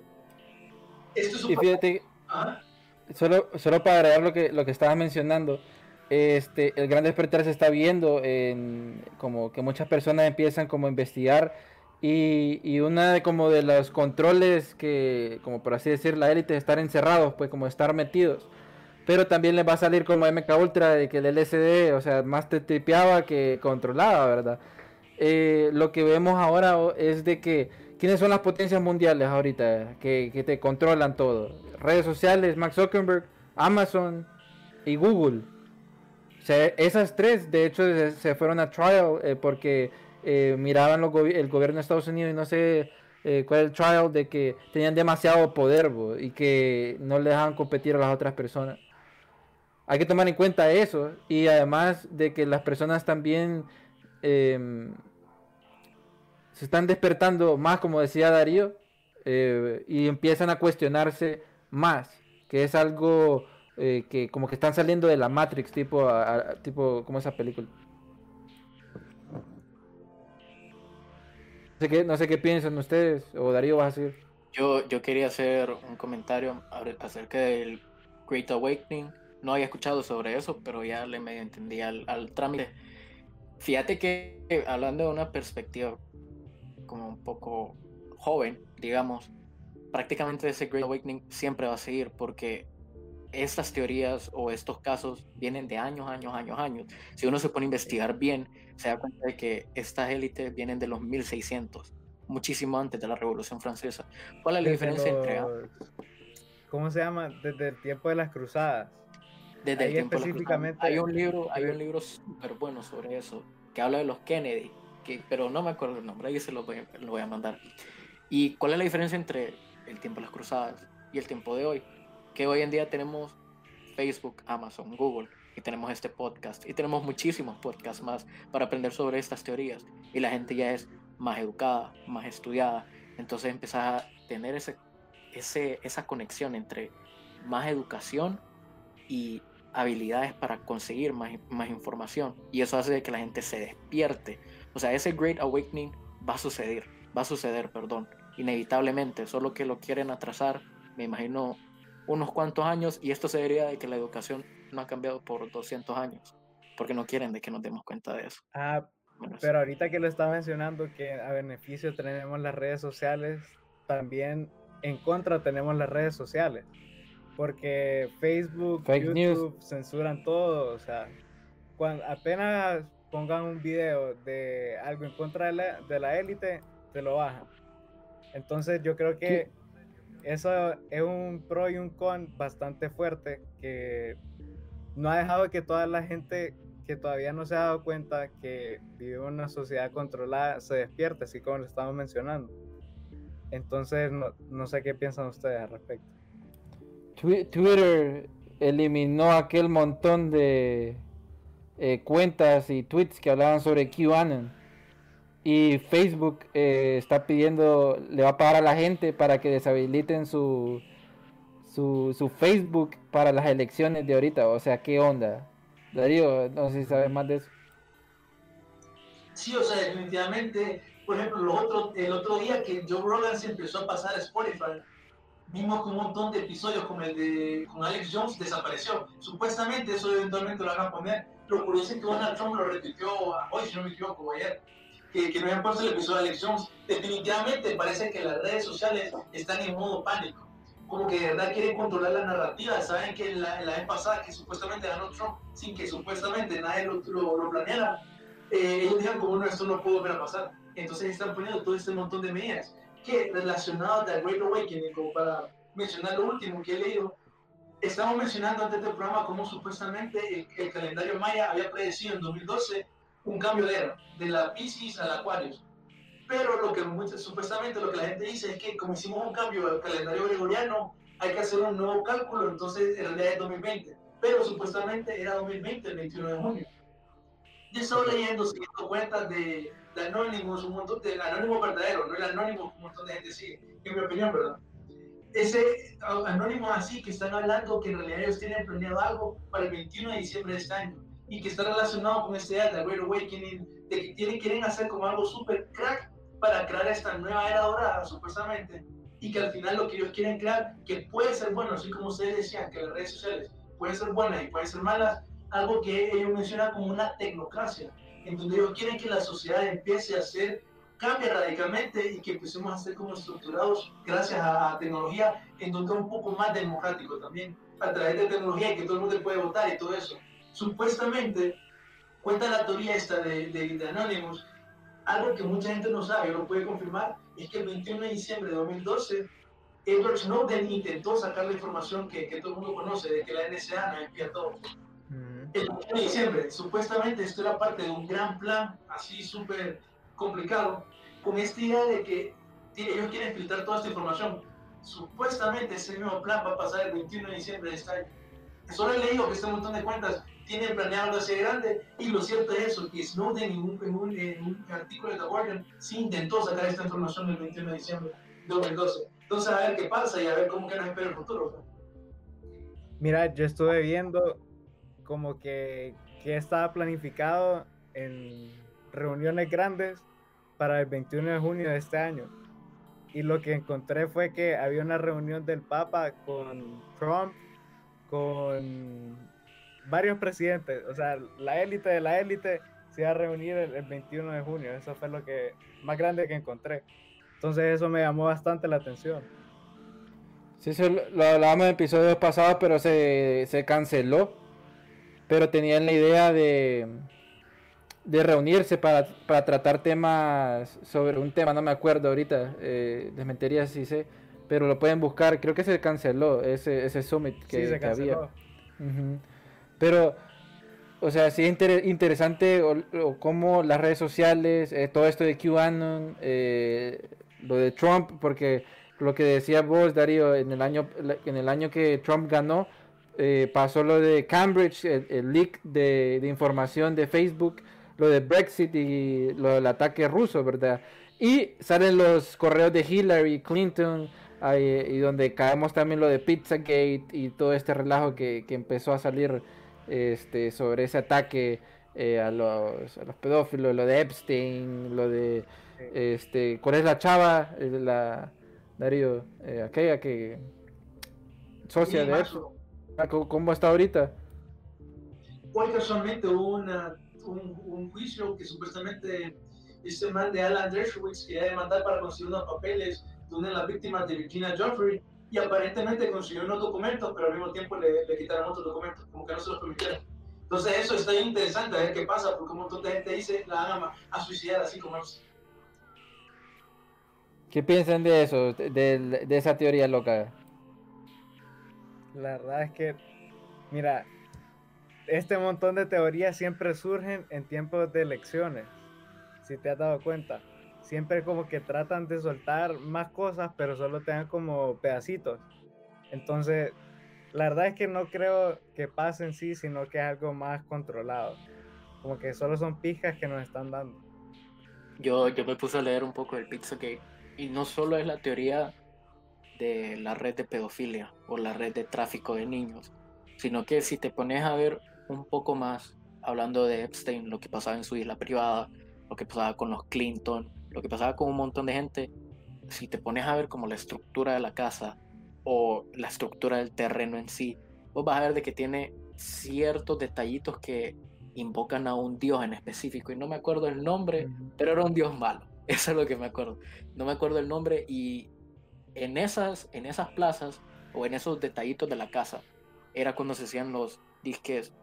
Esto es un... y fíjate, solo para agregar lo que estabas mencionando, el gran despertar se está viendo en como que muchas personas empiezan como a investigar y una de como de los controles que, como por así decir, la élite es estar encerrados, pues como estar metidos. pero también les va a salir como MK Ultra de que el LCD, o sea, más te tripeaba que controlaba, ¿verdad? Lo que vemos ahora es de que ¿quiénes son las potencias mundiales ahorita que te controlan todo? Redes sociales, Mark Zuckerberg, Amazon y Google. O sea, esas tres, de hecho, se fueron a trial porque miraban el gobierno de Estados Unidos y no sé cuál es el trial de que tenían demasiado poder y que no le dejaban competir a las otras personas. Hay que tomar en cuenta eso y además de que las personas también se están despertando más, como decía Darío, y empiezan a cuestionarse más, que es algo que como que están saliendo de la Matrix, tipo como esa película. No sé qué piensan ustedes, o Darío vas a decir. Yo quería hacer un comentario acerca del Great Awakening. No había escuchado sobre eso, pero ya le medio entendí al trámite. Fíjate que hablando de una perspectiva como un poco joven, digamos, prácticamente ese Great Awakening siempre va a seguir porque estas teorías o estos casos vienen de años. Si uno se pone a investigar bien, se da cuenta de que estas élites vienen de los 1600, muchísimo antes de la Revolución Francesa. ¿Cuál es la diferencia entre ambos? ¿Cómo se llama? Desde el tiempo de las cruzadas. Desde el tiempo específicamente hay un libro súper bueno sobre eso, que habla de los Kennedy, pero no me acuerdo el nombre, ahí se lo voy a mandar. ¿Y cuál es la diferencia entre el tiempo de las cruzadas y el tiempo de hoy? Que hoy en día tenemos Facebook, Amazon, Google, y tenemos este podcast, y tenemos muchísimos podcasts más para aprender sobre estas teorías, y la gente ya es más educada, más estudiada, entonces empiezas a tener esa conexión entre más educación y habilidades para conseguir más información, y eso hace que la gente se despierte. O sea, ese Great Awakening va a suceder, inevitablemente, solo que lo quieren atrasar, me imagino, unos cuantos años, y esto se debería de que la educación no ha cambiado por 200 años, porque no quieren de que nos demos cuenta de eso. Bueno, pero ahorita que lo está mencionando, que a beneficio tenemos las redes sociales, también en contra tenemos las redes sociales, porque Facebook, YouTube News censuran todo. O sea, cuando apenas pongan un video de algo en contra de la élite, te lo bajan. Entonces yo creo que eso es un pro y un con bastante fuerte, que no ha dejado que toda la gente que todavía no se ha dado cuenta que vive en una sociedad controlada se despierte, así como lo estamos mencionando. Entonces no sé qué piensan ustedes al respecto. Twitter eliminó aquel montón de cuentas y tweets que hablaban sobre QAnon. Y Facebook está pidiendo, le va a pagar a la gente para que deshabiliten su Facebook para las elecciones de ahorita. O sea, ¿qué onda? Darío, no sé si sabes más de eso. Sí, o sea, definitivamente, por ejemplo, el otro día que Joe Rogan se empezó a pasar a Spotify, vimos que un montón de episodios como el con Alex Jones desapareció. Supuestamente eso eventualmente lo van a poner. Lo curioso es que Donald Trump lo repitió hoy, si no me equivoco, ayer. Que no habían puesto el episodio de Alex Jones. Definitivamente parece que las redes sociales están en modo pánico. Como que de verdad quieren controlar la narrativa. Saben que la vez pasada que supuestamente ganó Trump sin que supuestamente nadie lo planeara, ellos dijeron como no, esto no pudo volver a pasar. Entonces están poniendo todo este montón de medidas que relacionadas al Great Awakening, como para mencionar lo último que he leído. Estamos mencionando antes del programa cómo supuestamente el calendario maya había predecido en 2012 un cambio de era, de la Piscis a la Aquarius. Pero supuestamente lo que la gente dice es que como hicimos un cambio al calendario gregoriano, hay que hacer un nuevo cálculo, entonces en realidad es 2020. Pero supuestamente era 2020, el 21 de junio. Yo estaba leyendo, siguiendo cuentas de anónimos, un montón de anónimos verdaderos, no el anónimo que un montón de gente sigue, en mi opinión, ¿verdad? Ese anónimos así que están hablando que en realidad ellos tienen planeado algo para el 21 de diciembre de este año y que está relacionado con este día de Great Awakening, de que quieren hacer como algo súper crack para crear esta nueva era dorada, supuestamente, y que al final lo que ellos quieren crear, que puede ser bueno, así como ustedes decían, que las redes sociales pueden ser buenas y pueden ser malas, algo que ellos mencionan como una tecnocracia, en donde ellos quieren que la sociedad empiece a ser cambie radicalmente y que empecemos a ser como estructurados gracias a tecnología, en donde es un poco más democrático también, a través de tecnología y que todo el mundo puede votar y todo eso. Supuestamente, cuenta la teoría esta de Anonymous, algo que mucha gente no sabe, lo puede confirmar, es que el 21 de diciembre de 2012, Edward Snowden intentó sacar la información que todo el mundo conoce, de que la NSA nos espía todo. El 21 de diciembre, supuestamente esto era parte de un gran plan, así súper complicado, con esta idea de que ellos quieren filtrar toda esta información. Supuestamente ese mismo plan va a pasar el 21 de diciembre de este año. Solo he leído que este montón de cuentas tienen planeado algo así grande, y lo cierto es eso, que Snowden en un artículo de The Guardian sí intentó sacar esta información el 21 de diciembre de 2012. Entonces a ver qué pasa y a ver cómo que nos espera el futuro. Mira, yo estuve viendo como que estaba planificado en reuniones grandes para el 21 de junio de este año. Y lo que encontré fue que había una reunión del Papa con Trump, con varios presidentes, o sea, la élite de la élite se iba a reunir el 21 de junio. Eso fue lo que más grande que encontré. Entonces eso me llamó bastante la atención. Sí, eso lo hablábamos en episodios pasados, pero se canceló. Pero tenían la idea de reunirse para tratar temas sobre un tema, no me acuerdo ahorita, les mentiría si sé, pero lo pueden buscar. Creo que se canceló ese summit que, Sí, se que había. canceló. Pero, o sea, sí es interesante o cómo las redes sociales, todo esto de QAnon, lo de Trump, porque lo que decía vos, Darío, en el año que Trump ganó, pasó lo de Cambridge, el leak de información de Facebook, lo de Brexit y lo del ataque ruso, ¿verdad? Y salen los correos de Hillary Clinton, y donde caemos también lo de Pizzagate y todo este relajo que empezó a salir sobre ese ataque a los pedófilos, lo de Epstein, lo de ¿cuál es la chava? Darío, aquella que socia de Mazo, eso. ¿Cómo está ahorita? hoy casualmente hubo un juicio que supuestamente este man de Alan Dershowitz quería demandar para conseguir unos papeles de una de las víctimas de Virginia Giuffre, y aparentemente consiguió unos documentos, pero al mismo tiempo le quitaron otros documentos, como que no se los permitieron. Entonces eso está interesante, a ver qué pasa, porque un montón de gente dice la van a suicidar así como es. ¿Qué piensan de eso, de esa teoría loca? La verdad es que, mira, este montón de teorías siempre surgen en tiempos de elecciones, si te has dado cuenta. Siempre como que tratan de soltar más cosas, pero solo te dan como pedacitos. Entonces, la verdad es que no creo que pase en sí, sino que es algo más controlado. Como que solo son pizcas que nos están dando. Yo me puse a leer un poco del Pizzagate, y no solo es la teoría de la red de pedofilia o la red de tráfico de niños, sino que si te pones a ver un poco más, hablando de Epstein, lo que pasaba en su isla privada, lo que pasaba con los Clinton, lo que pasaba con un montón de gente, si te pones a ver como la estructura de la casa o la estructura del terreno en sí, vos vas a ver de que tiene ciertos detallitos que invocan a un dios en específico, y no me acuerdo el nombre, pero era un dios malo. Eso es lo que me acuerdo. No me acuerdo el nombre, y en esas plazas o en esos detallitos de la casa era cuando se hacían los disques,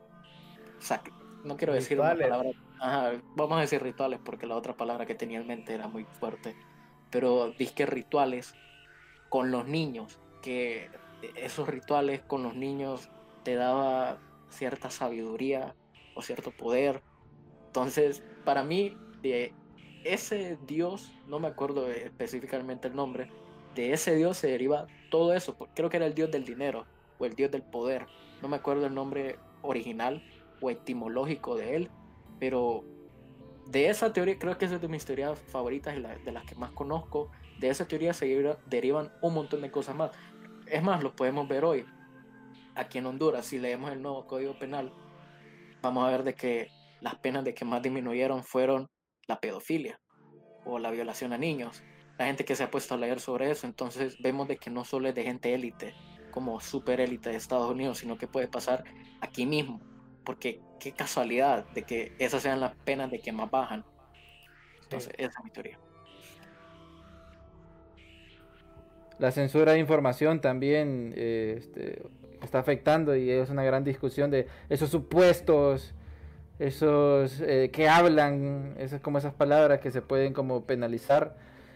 no quiero decir Rituales. una palabra, vamos a decir rituales porque la otra palabra que tenía en mente era muy fuerte, pero disques rituales con los niños, que esos rituales con los niños te daba cierta sabiduría o cierto poder. Entonces, para mí, de ese dios, no me acuerdo específicamente el nombre, de ese dios se deriva todo eso. Creo que era el dios del dinero o el dios del poder, no me acuerdo el nombre original o etimológico de él, pero de esa teoría, creo que es de mis teorías favoritas y de las que más conozco. De esa teoría se derivan un montón de cosas más. Es más, lo podemos ver hoy aquí en Honduras. Si leemos el nuevo Código Penal, vamos a ver de que las penas de que más disminuyeron fueron la pedofilia o la violación a niños. La gente que se ha puesto a leer sobre eso, entonces vemos de que no solo es de gente élite, como super élite de Estados Unidos, sino que puede pasar aquí mismo, porque qué casualidad de que esas sean las penas de que más bajan. Entonces, esa es mi teoría. la censura de información también está afectando, y es una gran discusión de esos supuestos, esos que hablan, esas, como esas palabras que se pueden como penalizar.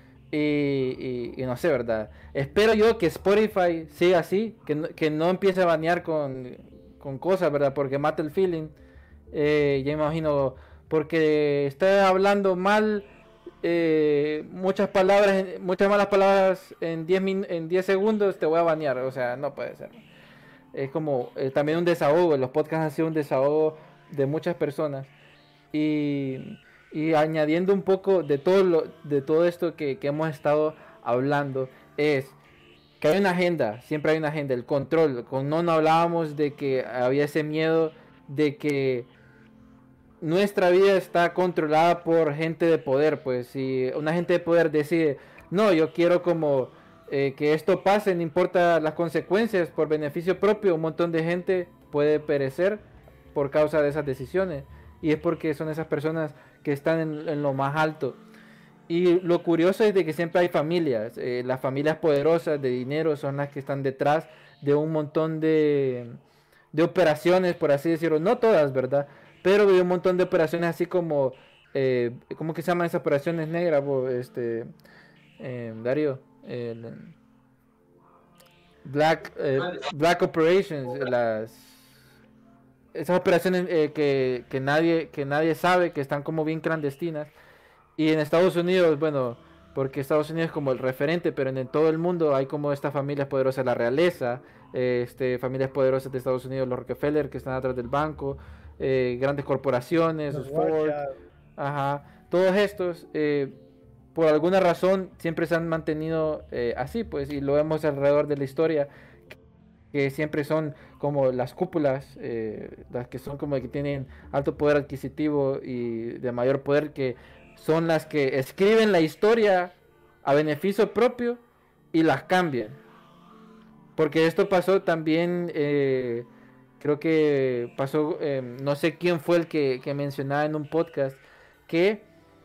Y no sé, ¿verdad? Espero yo que Spotify siga así, que no empiece a banear con cosas, ¿verdad? Porque mata el feeling. Ya imagino, porque está hablando mal, muchas palabras, muchas malas palabras en 10 segundos, te voy a banear. O sea, no puede ser. Es como también un desahogo. Los podcasts han sido un desahogo de muchas personas. Y, y añadiendo un poco de todo esto que hemos estado hablando, es que hay una agenda, siempre hay una agenda, el control. No hablábamos de que había ese miedo de que nuestra vida está controlada por gente de poder. Pues si una gente de poder decide, no, yo quiero como que esto pase, no importa las consecuencias, por beneficio propio, un montón de gente puede perecer por causa de esas decisiones. Y es porque son esas personas que están en lo más alto. Y lo curioso es de que siempre hay familias. Las familias poderosas de dinero son las que están detrás de un montón de operaciones, por así decirlo. No todas, ¿verdad? Pero de un montón de operaciones así como... ¿cómo que se llaman esas operaciones negras, Darío? Black Operations, esas operaciones que nadie sabe, que están como bien clandestinas. Y en Estados Unidos, bueno, porque Estados Unidos es como el referente, pero en todo el mundo hay como estas familias poderosas, la realeza, familias poderosas de Estados Unidos, los Rockefeller que están atrás del banco, grandes corporaciones, los Ford, ajá, todos estos, por alguna razón siempre se han mantenido así, pues, y lo vemos alrededor de la historia, que siempre son como las cúpulas, las que son como que tienen alto poder adquisitivo y de mayor poder, que son las que escriben la historia a beneficio propio y las cambian. Porque esto pasó también, creo que pasó, no sé quién fue el que mencionaba en un podcast, que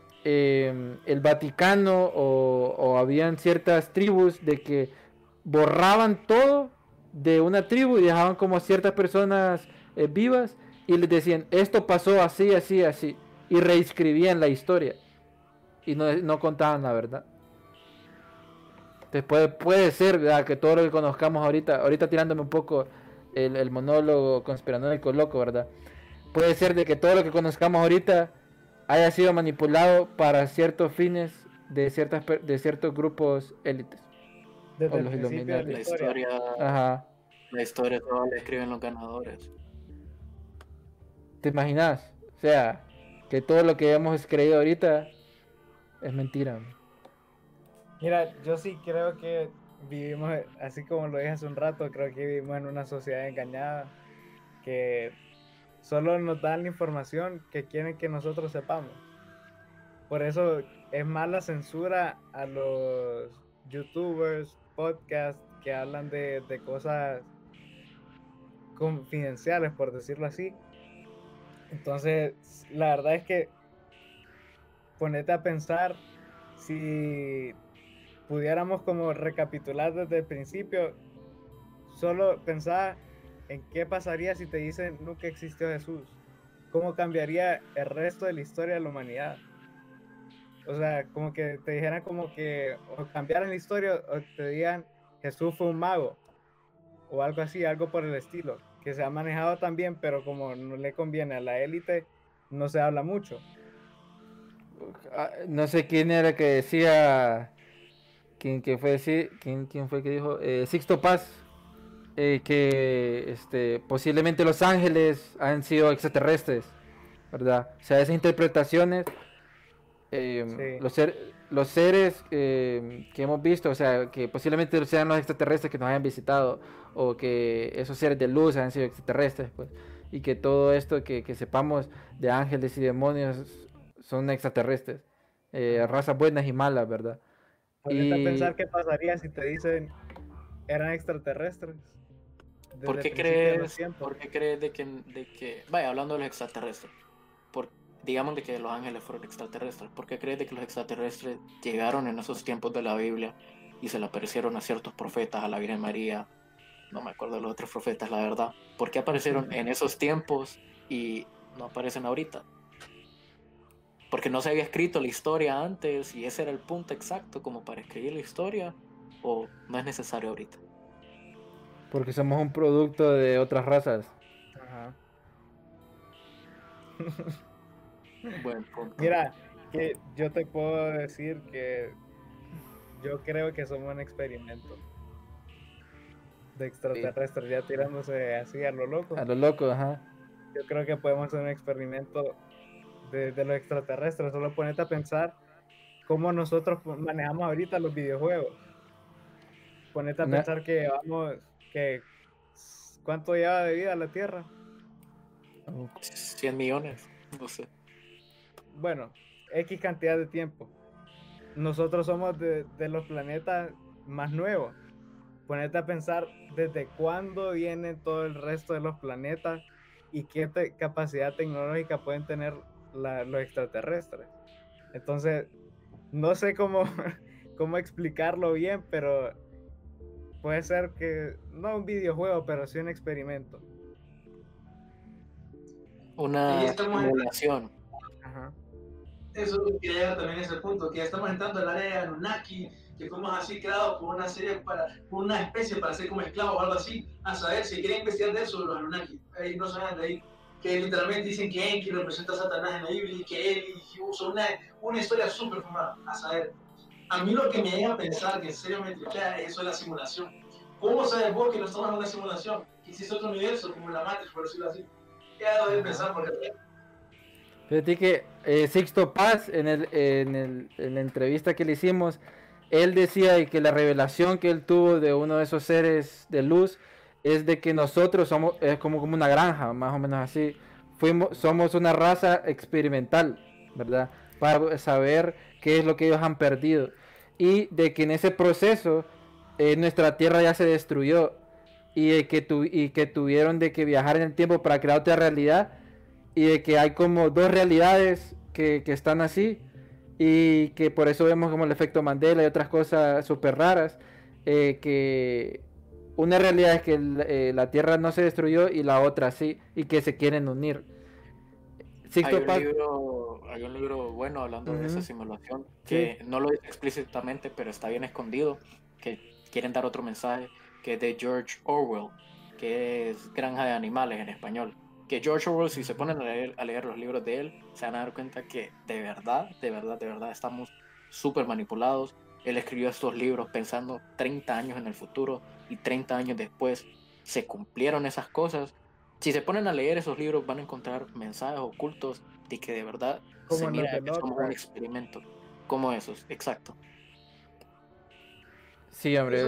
el Vaticano o habían ciertas tribus de que borraban todo de una tribu y dejaban como a ciertas personas vivas y les decían, esto pasó así, así, así, y reescribían la historia y no contaban la verdad. Entonces puede ser, ¿verdad?, que todo lo que conozcamos ahorita tirándome un poco el monólogo conspiranoico loco, ¿verdad? Puede ser de que todo lo que conozcamos ahorita haya sido manipulado para ciertos fines de ciertos grupos élites. Desde O el los principio de Illuminati. la historia. Ajá. La historia toda la escriben los ganadores. ¿Te imaginas? O sea, que todo lo que hemos creído ahorita es mentira. Mira, yo sí creo que vivimos, así como lo dije hace un rato, creo que vivimos en una sociedad engañada, que solo nos dan la información que quieren que nosotros sepamos. Por eso es más la censura a los youtubers, podcasts que hablan de cosas confidenciales, por decirlo así. Entonces, la verdad es que ponete a pensar, si pudiéramos como recapitular desde el principio, solo pensar en qué pasaría si te dicen nunca existió Jesús, cómo cambiaría el resto de la historia de la humanidad. O sea, como que te dijeran como que o cambiaran la historia o te digan Jesús fue un mago o algo así, algo por el estilo, que se ha manejado también, pero como no le conviene a la élite, no se habla mucho. No sé quién era que decía, quién fue que dijo, Sixto Paz, que posiblemente los ángeles han sido extraterrestres, ¿verdad? O sea, esas interpretaciones, Sí. los seres que hemos visto, o sea, que posiblemente sean los extraterrestres que nos hayan visitado, o que esos seres de luz han sido extraterrestres, pues, y que todo esto que sepamos de ángeles y demonios son extraterrestres, razas buenas y malas, ¿verdad? Ponete a pensar qué pasaría si te dicen eran extraterrestres. ¿Por desde qué el principio de los crees, tiempos. ¿por qué crees de que, vaya, hablando de los extraterrestres, digamos de que los ángeles fueron extraterrestres, ¿por qué crees de que los extraterrestres llegaron en esos tiempos de la Biblia y se le aparecieron a ciertos profetas, a la Virgen María, no me acuerdo de los otros profetas, la verdad. ¿Por qué aparecieron en esos tiempos y no aparecen ahorita? Porque no se había escrito la historia antes y ese era el punto exacto como para escribir la historia, o no es necesario ahorita. Porque somos un producto de otras razas. Ajá. Buen punto. Mira, que yo te puedo decir que yo creo que somos un experimento de extraterrestres, ya tirándose así a lo loco. A lo loco, ajá. Yo creo que podemos hacer un experimento de los extraterrestres. Solo ponete a pensar cómo nosotros manejamos ahorita los videojuegos. Ponete a Na- pensar que ¿cuánto lleva de vida la Tierra? 100 millones, no sé. Bueno, X cantidad de tiempo. Nosotros somos de los planetas más nuevos. Ponete a pensar desde cuándo vienen todo el resto de los planetas y qué capacidad tecnológica pueden tener los extraterrestres. Entonces, no sé cómo, cómo explicarlo bien, pero puede ser que, no un videojuego, pero sí un experimento. Una Ahí estamos simulación. Ajá. Eso es lo que llega también a ese punto, que ya estamos entrando al área de Anunnaki, que fuimos así creados por una serie por una especie para ser como esclavos o algo así, a saber si quieren investigar de eso los Anunnaki. Ahí no saben de ahí, que literalmente dicen que Enki representa a Satanás en la Biblia y que él y usó una historia súper fumada, a saber. A mí lo que me llega a pensar que en serio me tripea es eso de la simulación. ¿Cómo sabes vos que no estamos en una simulación? Que existe otro universo, como la Matrix, por decirlo así. Ya debo de pensar porque Fíjate que Sixto Paz, en la entrevista que le hicimos, él decía que la revelación que él tuvo de uno de esos seres de luz es de que nosotros somos como una granja, más o menos así. Somos una raza experimental, ¿verdad? Para saber qué es lo que ellos han perdido. Y de que en ese proceso nuestra tierra ya se destruyó y que tuvieron de que viajar en el tiempo para crear otra realidad y de que hay como dos realidades que están así y que por eso vemos como el efecto Mandela y otras cosas súper raras, que una realidad es que la Tierra no se destruyó y la otra sí, y que se quieren unir. Hay un libro bueno hablando de esa Ujú. simulación que Sí. no lo dice explícitamente, pero está bien escondido, que quieren dar otro mensaje, que es de George Orwell, que es Granja de Animales en español. Que George Orwell, si se ponen a leer los libros de él, se van a dar cuenta que de verdad, de verdad, de verdad estamos súper manipulados. Él escribió estos libros pensando 30 años en el futuro y 30 años después se cumplieron esas cosas. Si se ponen a leer esos libros van a encontrar mensajes ocultos de que de verdad se Como los mira de que somos un Lovecraft. experimento. Como esos, exacto. Sí, hombre,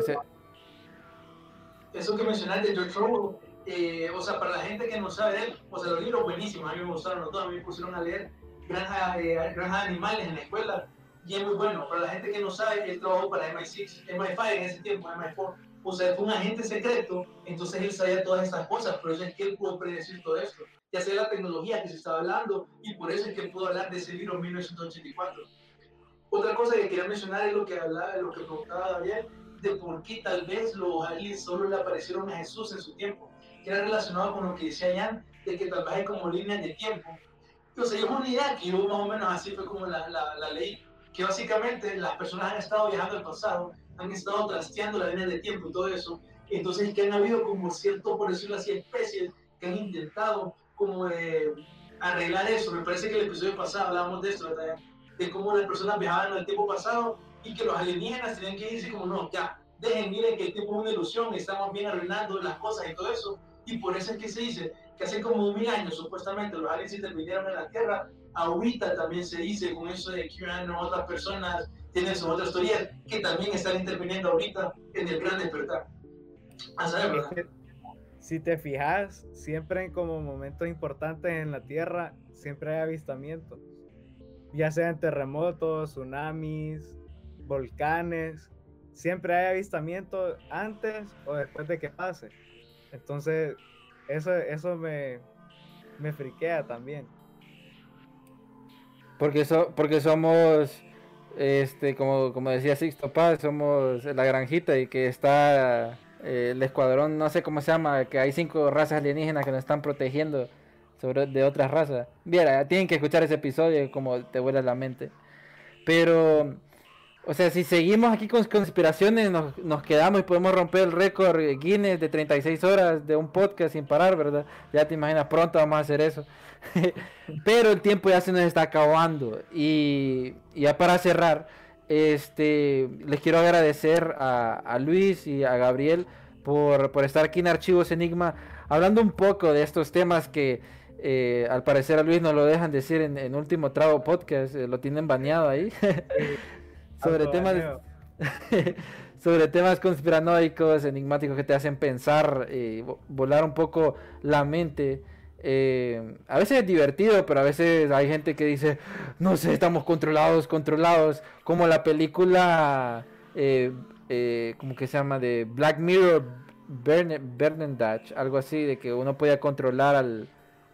eso que mencionaste de George Orwell, o sea, para la gente que no sabe de él, o sea, los libros buenísimos, a mí me gustaron los dos, a mí me pusieron a leer Granja de Animales en la escuela, y es muy bueno. Para la gente que no sabe, él trabajó para MI6, MI5 en ese tiempo, MI4, o sea, fue un agente secreto, entonces él sabía todas estas cosas, por eso es que él pudo predecir todo esto, ya sea la tecnología que se estaba hablando, y por eso es que él pudo hablar de ese libro en 1984. Otra cosa que quería mencionar es lo que preguntaba Gabriel, de por qué tal vez los aliens solo le aparecieron a Jesús en su tiempo, que era relacionado con lo que decía Jan, de que tal vez hay como líneas de tiempo. O sea, yo es una idea que yo más o menos así fue como la ley, que básicamente las personas han estado viajando al pasado, han estado trasteando las líneas de tiempo y todo eso, entonces que han habido como cierto, por decirlo así, especies que han intentado como arreglar eso. Me parece que el episodio pasado hablábamos de esto, ¿verdad? De cómo las personas viajaban al tiempo pasado y que los alienígenas tenían que irse como, no, ya, miren que el tiempo es una ilusión, estamos bien arruinando las cosas y todo eso, y por eso es que se dice que hace como 2000 años supuestamente los aliens intervinieron en la Tierra. Ahorita también se dice con eso de que otras personas tienen sus otras teorías que también están interviniendo ahorita en el gran despertar. A saber, Es ¿verdad? que, si te fijas, siempre en como momentos importantes en la Tierra, siempre hay avistamientos. Ya sean terremotos, tsunamis, volcanes, siempre hay avistamientos antes o después de que pase. Entonces, eso me friquea también. porque somos como decía Sixto Paz, somos la granjita y que está el escuadrón, no sé cómo se llama, que hay 5 razas alienígenas que nos están protegiendo de otras razas. Mira, tienen que escuchar ese episodio como te vuela la mente. Pero, o sea, si seguimos aquí con conspiraciones, nos quedamos y podemos romper el récord Guinness de 36 horas de un podcast sin parar, ¿verdad? Ya te imaginas, pronto vamos a hacer eso. Pero el tiempo ya se nos está acabando. Y ya para cerrar, les quiero agradecer a Luis y a Gabriel por estar aquí en Archivos Enigma, hablando un poco de estos temas que al parecer a Luis no lo dejan decir en Último Trago Podcast, lo tienen baneado ahí. sobre temas conspiranoicos, enigmáticos que te hacen pensar, volar un poco la mente. A veces es divertido, pero a veces hay gente que dice, no sé, estamos controlados, como la película, ¿cómo que se llama? De Black Mirror, Bernadette, algo así, de que uno podía controlar al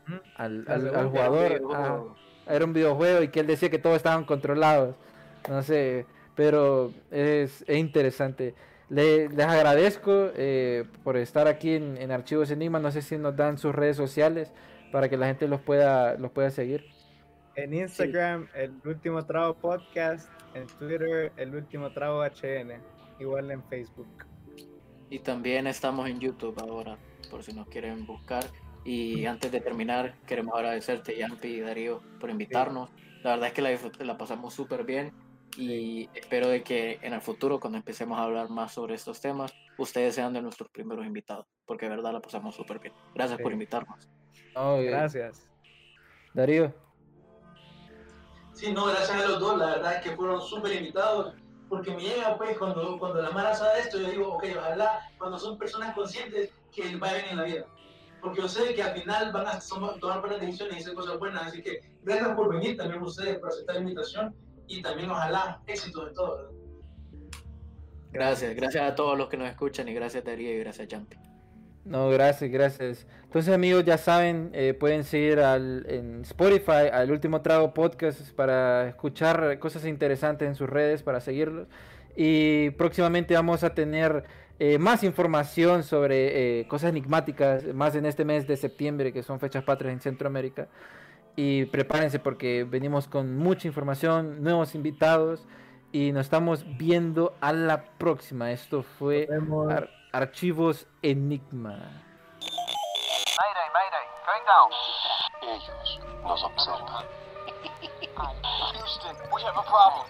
jugador. Era un videojuego y que él decía que todos estaban controlados, no sé, pero es interesante. Les agradezco por estar aquí en Archivos Enigma. No sé si nos dan sus redes sociales para que la gente los pueda seguir. En Instagram, sí. El Último Trago Podcast. En Twitter, El Último Trago HN. Igual en Facebook. Y también estamos en YouTube ahora, por si nos quieren buscar. Y antes de terminar, queremos agradecerte, Yampi y Darío, por invitarnos. Sí. La verdad es que la pasamos súper bien. Y espero de que en el futuro, cuando empecemos a hablar más sobre estos temas, ustedes sean de nuestros primeros invitados, porque de verdad la pasamos súper bien. Gracias por invitarnos. Gracias. Darío. Sí, no, gracias a los dos, la verdad es que fueron súper invitados, porque me llega pues cuando la Mara sabe esto, yo digo, ok, ojalá cuando son personas conscientes que les vaya bien en la vida, porque yo sé que al final van a tomar buenas decisiones y hacer cosas buenas, así que gracias por venir también ustedes, por aceptar la invitación. Y también ojalá éxito de todo. Gracias a todos los que nos escuchan y gracias Darío y gracias Jampi. No, gracias. Entonces amigos, ya saben, pueden seguir en Spotify al Último Trago Podcast para escuchar cosas interesantes en sus redes, para seguirlos. Y próximamente vamos a tener más información sobre cosas enigmáticas, más en este mes de septiembre, que son fechas patrias en Centroamérica. Y prepárense porque venimos con mucha información, nuevos invitados y nos estamos viendo a la próxima. Esto fue Archivos Enigma. Mayday, going down. Ellos nos observan. Houston, we have a problem.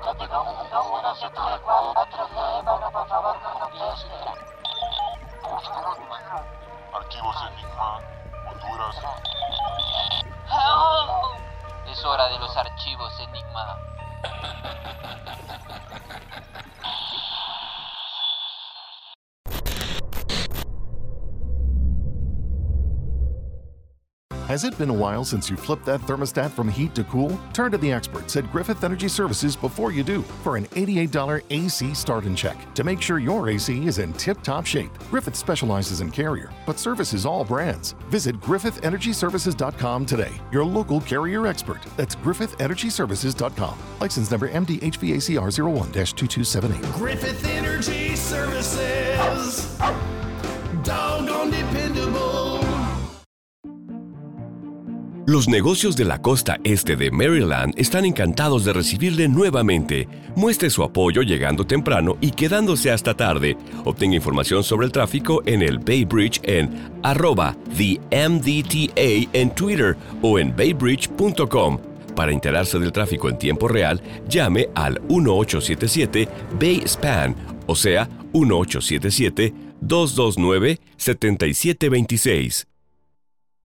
Archivos Enigma, Honduras. Es hora de los archivos Enigma. Has it been a while since you flipped that thermostat from heat to cool? Turn to the experts at Griffith Energy Services before you do for an $88 AC start and check to make sure your AC is in tip-top shape. Griffith specializes in Carrier, but services all brands. Visit GriffithEnergyServices.com today. Your local Carrier expert. That's GriffithEnergyServices.com. License number MD-HVACR 01-2278. Griffith Energy Services. Doggone dependable. Los negocios de la costa este de Maryland están encantados de recibirle nuevamente. Muestre su apoyo llegando temprano y quedándose hasta tarde. Obtenga información sobre el tráfico en el Bay Bridge en @TheMDTA en Twitter o en baybridge.com. Para enterarse del tráfico en tiempo real, llame al 1877 Bay Span, o sea, 1877-229-7726.